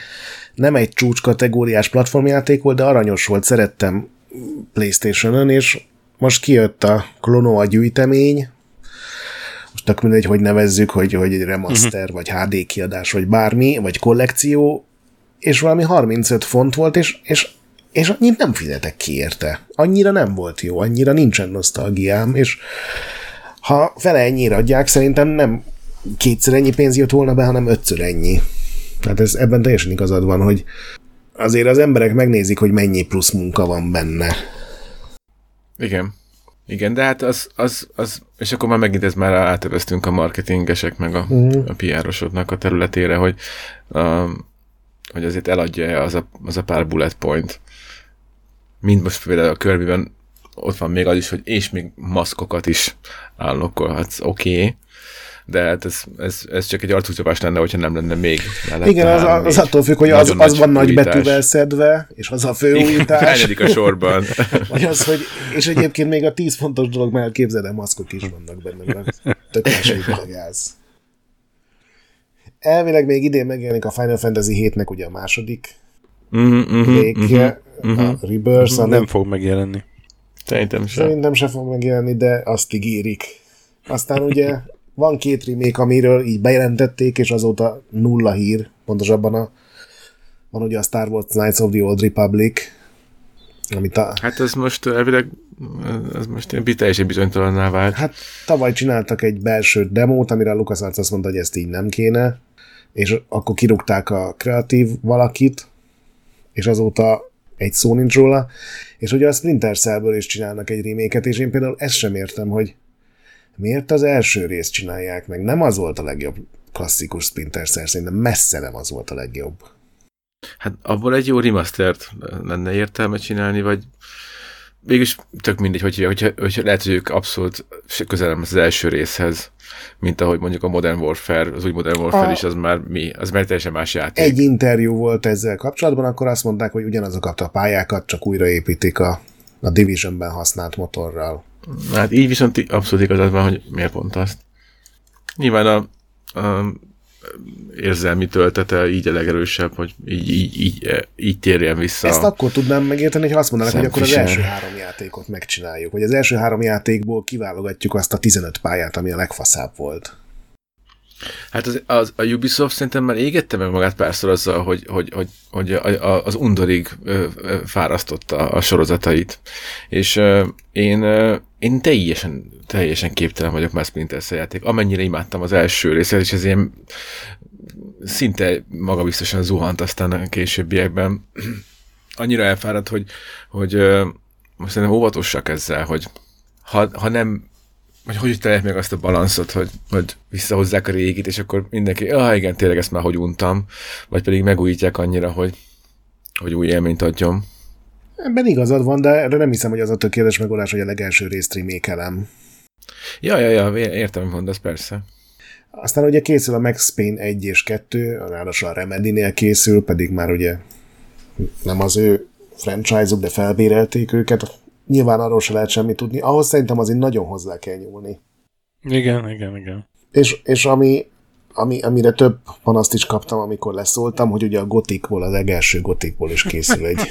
nem egy csúcskategóriás platformjáték volt, de aranyos volt, szerettem PlayStation-ön, és most kijött a Klonoa gyűjtemény, most tök mindegy, hogy nevezzük, hogy egy remaster, vagy HD kiadás, vagy bármi, vagy kollekció, és valami 35 font volt, és annyit nem fizetek ki érte. Annyira nem volt jó, annyira nincsen nosztalgiám, és ha fele ennyire adják, szerintem nem 2-szer ennyi pénz jött volna be, hanem 5-ször ennyi. Tehát ebben teljesen igazad van, hogy azért az emberek megnézik, hogy mennyi plusz munka van benne. Igen, de hát az és akkor már megint ez már átöveztünk a marketingesek meg a PR-osoknak a területére, hogy azért eladja az a pár bullet point. Mint most például a Kirbyben ott van még az is, hogy és még maszkokat is állokkolhatsz, oké. De hát ez csak egy arcúcsapás lenne, hogyha nem lenne még. Igen, az attól függ, hogy az van nagy betűvel szedve, és az a fő újítás. Hányadik a sorban. Vagy az, hogy, és egyébként még a 10 fontos dolog mellett képzeld el, maszkok is vannak benne, mert tök másik a gáz. Elvileg még idén megjelenik a Final Fantasy 7-nek ugye a második rékje, a Rebirth. Nem fog megjelenni. Szerintem se fog megjelenni, de azt ígérik. Aztán ugye van 2 remake, amiről így bejelentették, és azóta nulla hír, pontosabban van ugye a Star Wars Knights of the Old Republic, amit Hát ez most elvileg teljesen bizonytalanná vált. Hát tavaly csináltak egy belső demót, amire a LucasArts azt mondta, hogy ezt így nem kéne, és akkor kirúgták a kreatív valakit, és azóta egy szó nincs róla, és ugye a Splinter Cellből is csinálnak egy remake-et, és én például ezt sem értem, hogy miért az első részt csinálják meg? Nem az volt a legjobb klasszikus Splinter Cell, szerintem messze nem az volt a legjobb. Hát abból egy jó remastert lenne értelme csinálni, vagy végülis tök mindegy, hogy lehet, hogy ők abszolút közelem az első részhez, mint ahogy mondjuk a Modern Warfare, az új Modern Warfare is, az már teljesen más játék. Egy interjú volt ezzel kapcsolatban, akkor azt mondták, hogy ugyanazokat a pályákat csak újraépítik a Divisionben használt motorral. Hát így viszont abszolút igazad van, hogy miért pont azt. Nyilván a érzelmi töltete így a legerősebb, hogy így térjen vissza. Ezt akkor tudnám megérteni, hogy azt mondanak, hogy akkor az első 3 játékot megcsináljuk, vagy az első 3 játékból kiválogatjuk azt a 15 pályát, ami a legfaszább volt. Hát a Ubisoft szerintem már égette meg magát párszor azzal, hogy az undorig fárasztotta a sorozatait. És én teljesen képtelen vagyok már Splinter Cell játék. Amennyire imádtam az első részét, és ez ilyen szinte magabiztosan zuhant aztán a későbbiekben. Annyira elfáradt, hogy most szerintem óvatosak ezzel, hogy ha nem hogy találják meg azt a balanszot, hogy visszahozzák a régit, és akkor mindenki, igen, tényleg ezt már hogy untam, vagy pedig megújítják annyira, hogy új élményt adjon. Ebben igazad van, de erre nem hiszem, hogy az a tökéletes megoldás, hogy a legelső részt remékelem. Ja, értem, hogy mondasz, persze. Aztán ugye készül a Max Payne 1 és 2, ráadásul a Remedy-nél készül, pedig már ugye nem az ő franchise-uk, de felbérelték őket. Nyilván arról se lehet semmit tudni. Ahhoz szerintem azért nagyon hozzá kell nyúlni. Igen. És amire több panaszt is kaptam, amikor leszóltam, hogy ugye a Gothicból, az legelső Gothicból is készül egy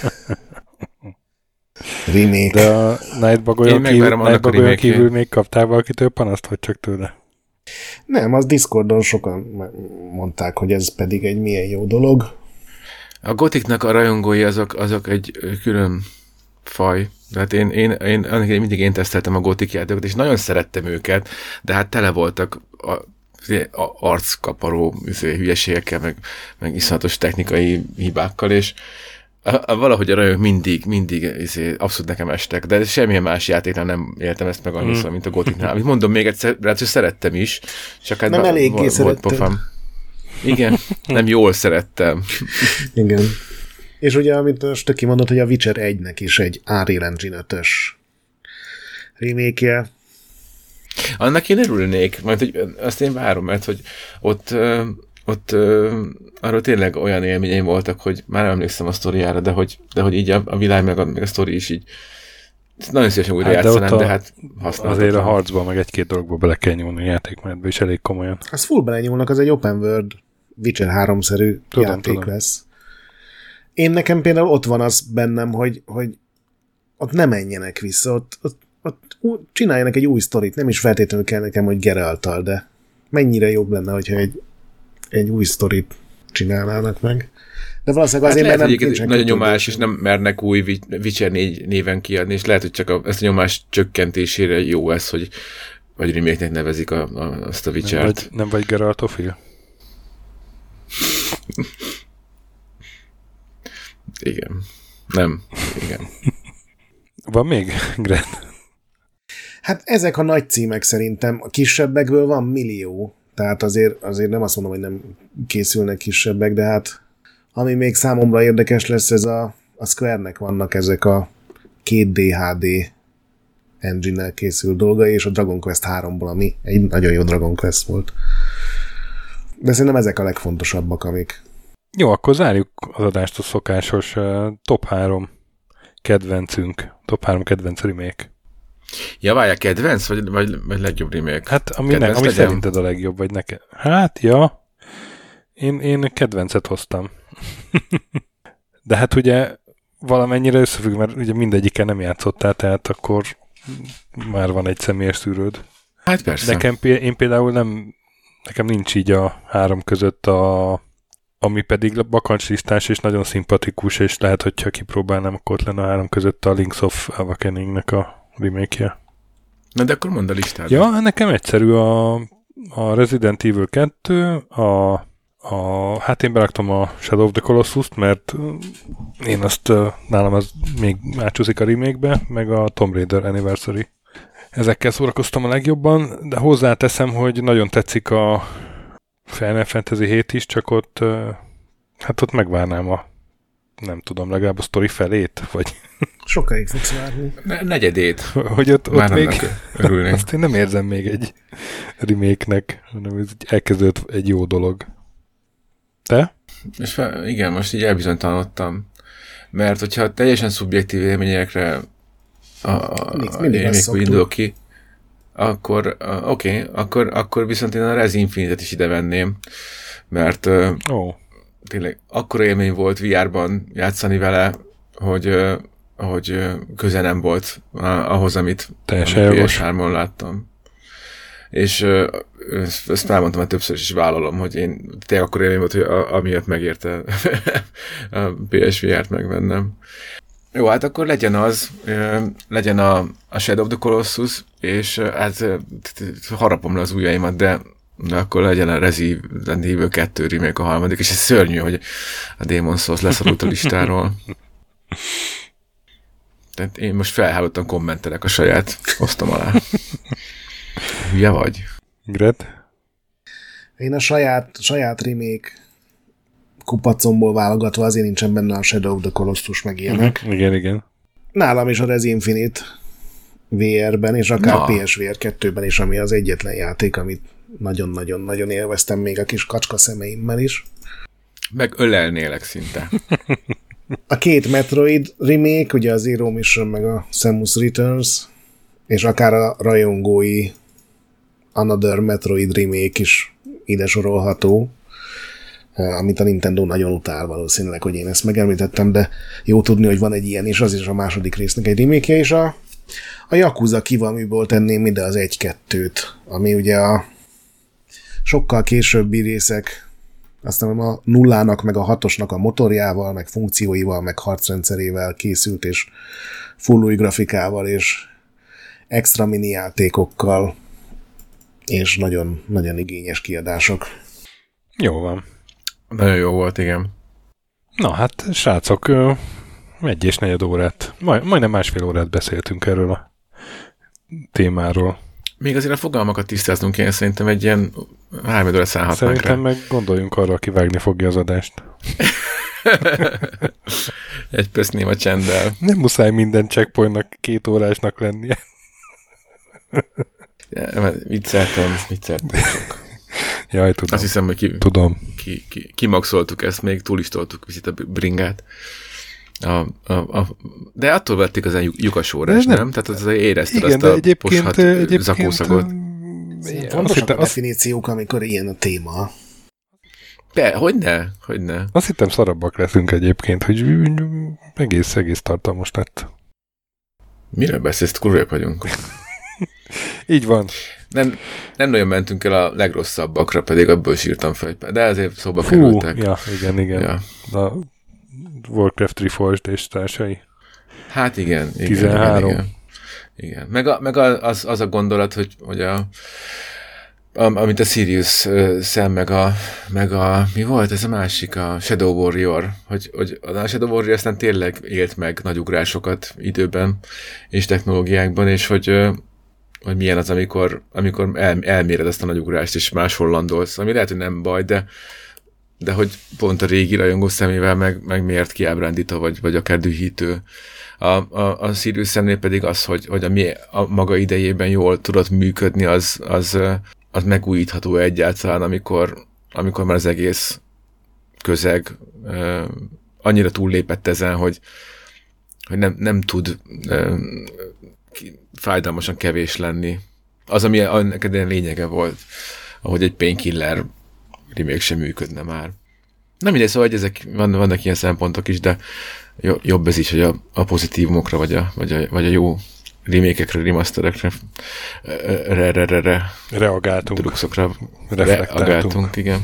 remake. De a Nightbug-on kívül még kaptál valakitől panaszt, vagy csak tőle? Nem, az Discordon sokan mondták, hogy ez pedig egy milyen jó dolog. A Gothicnak a rajongói azok egy külön faj. Tehát én mindig én teszteltem a Gothic játékokat, és nagyon szerettem őket, de hát tele voltak a arckaparó hülyeségekkel, meg iszonyatos technikai hibákkal, és valahogy a rajongók mindig abszolút nekem estek, de semmilyen más játéknál nem éltem ezt meg annyiszor, mint a Gothicnál. Amit mondom még egyszer, ráadásul szerettem is, csak hát nem eléggé volt pofám. Igen, nem jól szerettem. Igen. És ugye, amit most te kimondott, hogy a Witcher 1-nek is egy Unreal Engine 5-ös remake-je. Annak én örülnék, majd hogy azt én várom, mert hogy ott arról tényleg olyan élményeim voltak, hogy már nem emlékszem a sztoriára, de hogy így a világ meg a sztori is így nagyon szívesen újra játszanám, de hát használhatatlan. Azért a harcban meg 1-2 dologba bele kell nyúlni a játékmenetbe is elég komolyan. Az full bele nyúlnak, az egy open world Witcher 3-szerű játék lesz. Én nekem például ott van az bennem, hogy ott ne menjenek vissza, ott csináljanak egy új sztorit, nem is feltétlenül kell nekem, hogy Geralttal, de mennyire jobb lenne, hogyha egy új sztorit csinálnának meg. De valószínűleg azért, mert nem nagy nyomás, és nem mernek új Witcher 4 néven kiadni, és lehet, hogy csak ezt a nyomás csökkentésére jó ez, hogy remake-nek nevezik azt a Witcher-t. Nem vagy Geraltofil? Igen. Nem. Igen. Van még, Gren? Hát ezek a nagy címek szerintem, a kisebbekből van millió, tehát azért nem azt mondom, hogy nem készülnek kisebbek, de hát ami még számomra érdekes lesz, ez a Square-nek vannak ezek a 2D HD engine-nel készült dolgai, és a Dragon Quest 3-ból, ami egy nagyon jó Dragon Quest volt. De szerintem ezek a legfontosabbak, amik... Jó, akkor zárjuk az adást a szokásos top 3 kedvencünk, top 3 kedvenc remake. Ja, várjál, kedvenc, vagy legjobb remake? Hát, ami szerinted a legjobb, vagy neked? Hát, ja. Én kedvencet hoztam. De hát ugye valamennyire összefügg, mert ugye mindegyiken nem játszottál, tehát akkor már van egy személyes szűrőd. Hát persze. Én például nekem nincs így a 3 között ami pedig bakancslistás és nagyon szimpatikus, és lehet, hogyha kipróbálnám, akkor ott lenne a 3 között a Links of Awakening-nek a remake-je. Na de akkor mondd a listát. Ja, nekem egyszerű a Resident Evil 2, hát én beraktam a Shadow of the Colossus-t, mert én azt nálam az még átsúszik a remake-be, meg a Tomb Raider Anniversary. Ezekkel szórakoztam a legjobban, de hozzáteszem, hogy nagyon tetszik a Final Fantasy 7 is, csak ott megvárnám nem tudom, legalább a sztori felét, vagy... Sokáig fogsz várni. Negyedét. Hogy ott még... Örülnék. Azt én nem érzem még egy remake-nek, hanem ez elkezdődött egy jó dolog. Te? És igen, most így elbizonytalanodtam. Mert hogyha teljesen szubjektív élményekre indul ki, akkor akkor viszont én a Rez Infinite-et is ide venném, mert tényleg akkora élmény volt VR-ban játszani vele, hogy köze nem volt ahhoz, amit PS3-on láttam. És ezt elmondtam, hogy többször is vállalom, hogy én tényleg akkor élmény volt, hogy amiatt megérte a PSVR-t megvennem. Jó, hát akkor legyen a Shadow of the Colossus, és hát harapom le az ujjaimat, de akkor legyen a Resident Evil 2 remake a harmadik, és ez szörnyű, hogy a Demon's Souls leszorult a listáról. Tehát én most felhállottan kommentelek a saját, osztom alá. Hülye vagy? Gret? Én a saját remake kupacomból válogatva azért nincsen benne a Shadow of the Colossus meg ilyenek. Igen. Nálam is a Rez Infinite VR-ben, és akár PSVR 2-ben is, ami az egyetlen játék, amit nagyon-nagyon-nagyon élveztem még a kis kacska szemeimmel is. Meg ölelnélek szinte. A 2 Metroid remake, ugye a Zero Mission meg a Samus Returns, és akár a rajongói Another Metroid remake is ide sorolható, amit a Nintendo nagyon utál valószínűleg, hogy én ezt megemlítettem, de jó tudni, hogy van egy ilyen, és az is a második résznek egy remake-je, és a Yakuza Kiwamiból tenném ide az 1-2-t, ami ugye a sokkal későbbi részek, aztán a 0-nak, meg a 6-osnak a motorjával, meg funkcióival, meg harcrendszerével készült, és full új grafikával, és extra mini játékokkal, és nagyon, nagyon igényes kiadások. Jó van. Nagyon jó volt, igen. Na hát, srácok, 1,4 órát, majdnem 1,5 órát beszéltünk erről a témáról. Még azért a fogalmakat tisztáznunk kéne, szerintem egy ilyen 3 órát szállhatnánk rá. Szerintem meg gondoljunk arra, aki vágni fogja az adást. Egy perc néma csenddel. Nem muszáj minden checkpointnak 2 órásnak lennie. Vicceltem. Jaj, tudom. Azt hiszem, hogy kimaxoltuk ezt, még túlistoltuk viszont a bringát. De attól vették az lyukas órás, nem? Tehát az érezted azt a poshat zakószagot. Fontosak a definíciók, amikor ilyen a téma. Hogyne. Azt hittem szarabbak leszünk egyébként, hogy egész tartalmas lett. Mire beszélsz? Kurvák vagyunk. Így van. Nem nagyon mentünk el a legrosszabbakra, pedig abból sírtam fel. De azért szóba kerültek. Ja, igen. Ja. A Warcraft Reforged és társai. Hát igen. 13. Igen. Meg az a gondolat, hogy amit a Sirius Sam, meg a mi volt ez a másik, a Shadow Warrior, hogy a Shadow Warrior aztán tényleg élt meg nagy ugrásokat időben és technológiákban, és hogy milyen az, amikor elméred ezt a nagy ugrást, és máshol landolsz, ami lehet, hogy nem baj, de hogy pont a régi rajongó szemével meg miért kiábrándító, vagy akár dühítő. A Sirius Samnél pedig az, hogy ami a maga idejében jól tudott működni, az megújítható egyáltalán, amikor már az egész közeg annyira túllépett ezen, hogy nem tud fájdalmasan kevés lenni. Az, ami annak lényege volt, ahogy egy Painkiller remake sem működne már. Nem mindegy, szóval, hogy ezek vannak ilyen szempontok is, de jobb ez is, hogy a pozitívumokra, vagy a jó remake-ekre, remasterekre reagáltunk. Deluxe-okra reagáltunk, igen.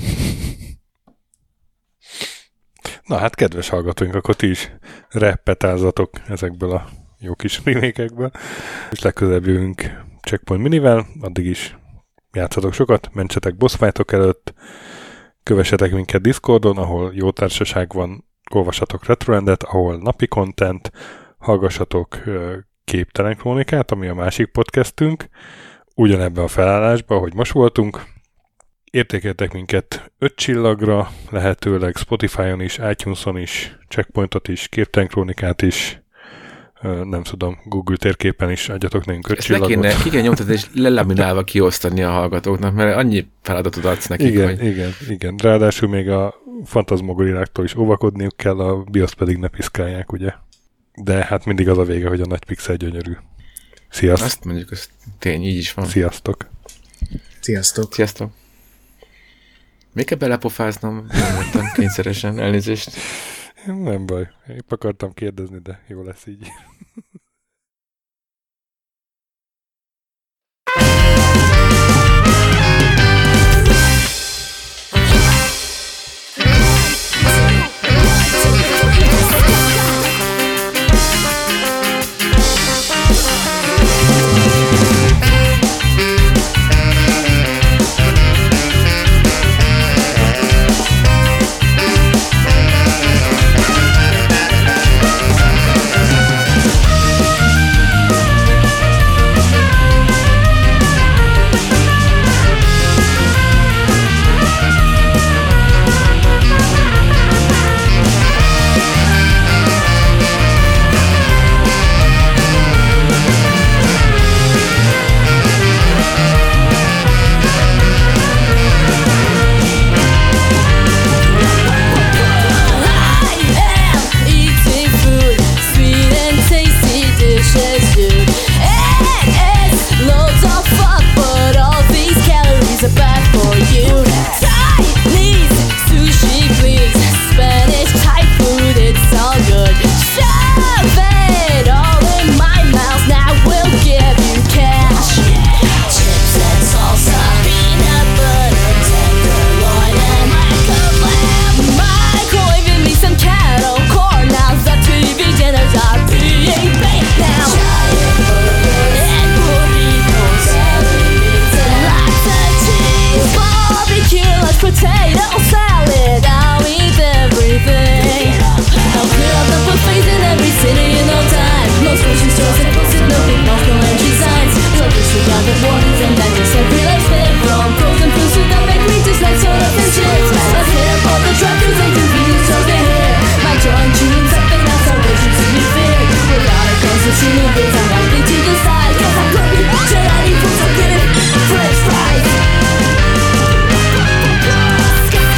Na hát, kedves hallgatóink, akkor ti is repetálzatok ezekből a jó kis remake-ekből, és legközelebb jövünk Checkpoint Minivel, addig is játszatok sokat, mentsetek boss fightok előtt, kövessetek minket Discordon, ahol jó társaság van, olvassatok Retroendet, ahol napi content, hallgassatok Képtelen Krónikát, ami a másik podcastünk, ugyanebben a felállásban, ahogy most voltunk. Értékeltek minket 5 csillagra, lehetőleg Spotify-on is, iTunes-on is, Checkpointot is, Képtelen Krónikát is, nem tudom, Google térképen is adjatok nekünk 5 csillagot. Ezt ki kell nyomtatni és lelaminálva kiosztani a hallgatóknak, mert annyi feladatot adsz nekik. Igen. Ráadásul még a fantazmagoriláktól is óvakodniuk kell, a BIOS pedig ne piszkálják, ugye? De hát mindig az a vége, hogy a nagy pixel gyönyörű. Sziasztok! Azt mondjuk, ez tény, így is van. Sziasztok! Még kell belepofáznom? Nem mondtam kényszeresen, elnézést. Nem baj. Épp akartam kérdezni, de jó lesz így. French fries.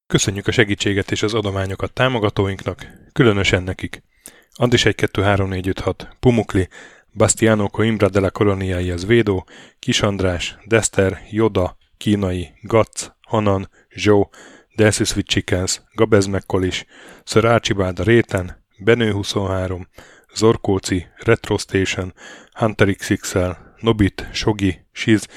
Köszönjük a segítséget és az adományokat támogatóinknak, különösen nekik. Andis 1, 2, 3, 4, 5, 6, Pumukli, Bastiano Coimbra de la Coroniai az Védó, Kis András, Dester, Joda, Kínai, Gac, Hanan, Zsó, Delcy Sweet Chickens, Gabez Mekkolis, Sir Archibald a Réten, Benő 23, Zorkóci, Retro Station, Hunter XXL, Nobit, Sogi, Siz,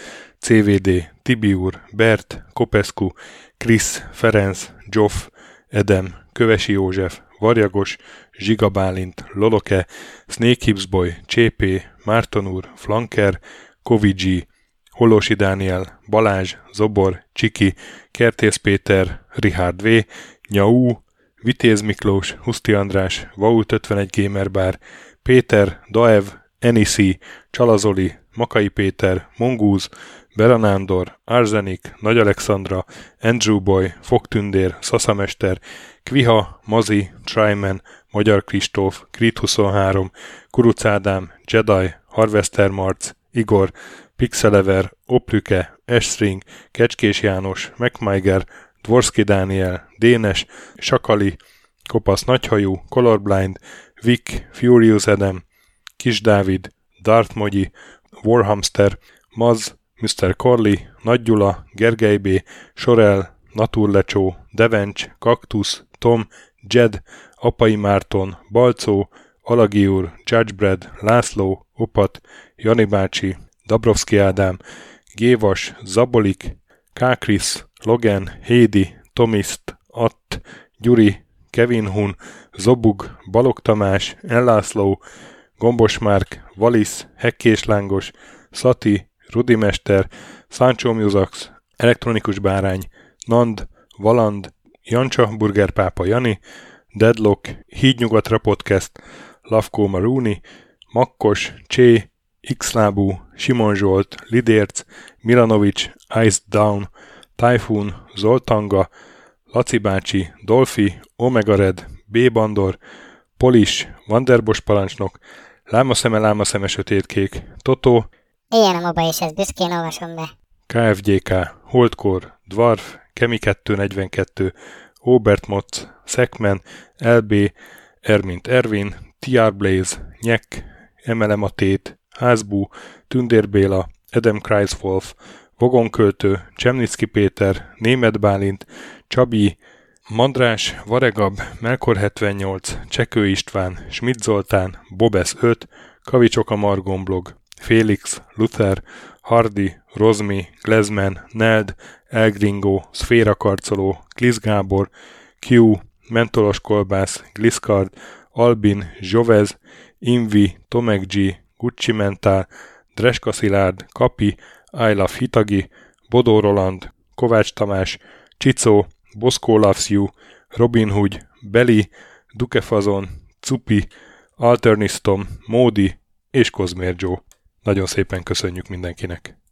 CVD, Tibiur, Bert, Kopescu, Krisz, Ferenc, Zsoff, Edem, Kövesi József, Varjagos, Zsiga Bálint, Loloke, Snake Hips Boy, Csépé, Márton úr, Flanker, Kovicsi, Holosi Dániel, Balázs, Zobor, Csiki, Kertész Péter, Richard V, Nyau, Vitéz Miklós, Huszti András, Vault 51 Gamer Bar, Péter, Daev, Enisi, Csalazoli, Makai Péter, Mongúz, Beranándor, Arzenik, Nagy Alexandra, Andrew Boy, Fogtündér, Szaszamester, Kviha, Mazi, Tryman, Magyar Kristóf, Krit 23, Kuruc Ádám, Jedi, Harvester Marc, Igor, Pixelever, Oplüke, Esstring, Kecskés János, MacMiger, Dvorski Dániel, Dénes, Sakali, Kopasz Nagyhajú, Colorblind, Vic, Furious Adam, Kis Dávid, Darth Mogyi, Warhamster, Maz, Mr. Corley, Nagy Gyula, Gergely B., Sorel, Naturlecsó, Devencs, Kaktusz, Tom, Jed, Apai Márton, Balcó, Alagi úr, Judgebrad, László, Opat, Jani bácsi, Dabrowski Ádám, Gévas, Zabolik, Kákris, Logan, Hédi, Tomiszt, Att, Gyuri, Kevin Hun, Zobug, Balog Tamás, Ellászló, Gombos Márk, Valisz, Hekkés Lángos, Szati, Rudimester, Sancho Musax, Elektronikus Bárány, Nand, Valand, Jancsa, Burgerpápa Jani, Deadlock, Hídnyugatra Podcast, Lavkó Maruni, Makkos, Csé, Xlábú, Simon Zsolt, Lidérc, Milanovic, Ice Down, Typhoon, Zoltanga, Laci bácsi, Dolfi, Omega Red, B. Bandor, Polis, Vanderbos parancsnok, Lámaszeme sötétkék, Totó, Ilyen a moba, és ezt büszkén olvasom be. KFGK, Holdkor, Dwarf, Kemi 242, Obert Motz, Szekmen, LB, Ermint Ervin, TR Blaze, Nyek, MLM a Tét, Házbú, Tündér Béla, Adam Kreiswolf, Vogonköltő, Csemnicki Péter, Németh Bálint, Csabi, Mandrás, Varegab, Melkor 78, Csekő István, Schmidt Zoltán, Bobesz 5, Kavicsok a Margon blog, Félix, Luther, Hardy, Rozmi, Glezman, Neld, Elgringo, Szféra Karcoló, Glisz Gábor, Q, Mentolos Kolbász, Gliszkard, Albin, Zsovez, Invi, Tomek G, Gucci Mentál, Dreska Szilárd, Kapi, I Love Hitagi, Bodó Roland, Kovács Tamás, Csicó, Boszkó Loves You, Robin Hood, Beli, Dukefazon, Cupi, Alternisztom, Módi és Kozmér Joe. Nagyon szépen köszönjük mindenkinek!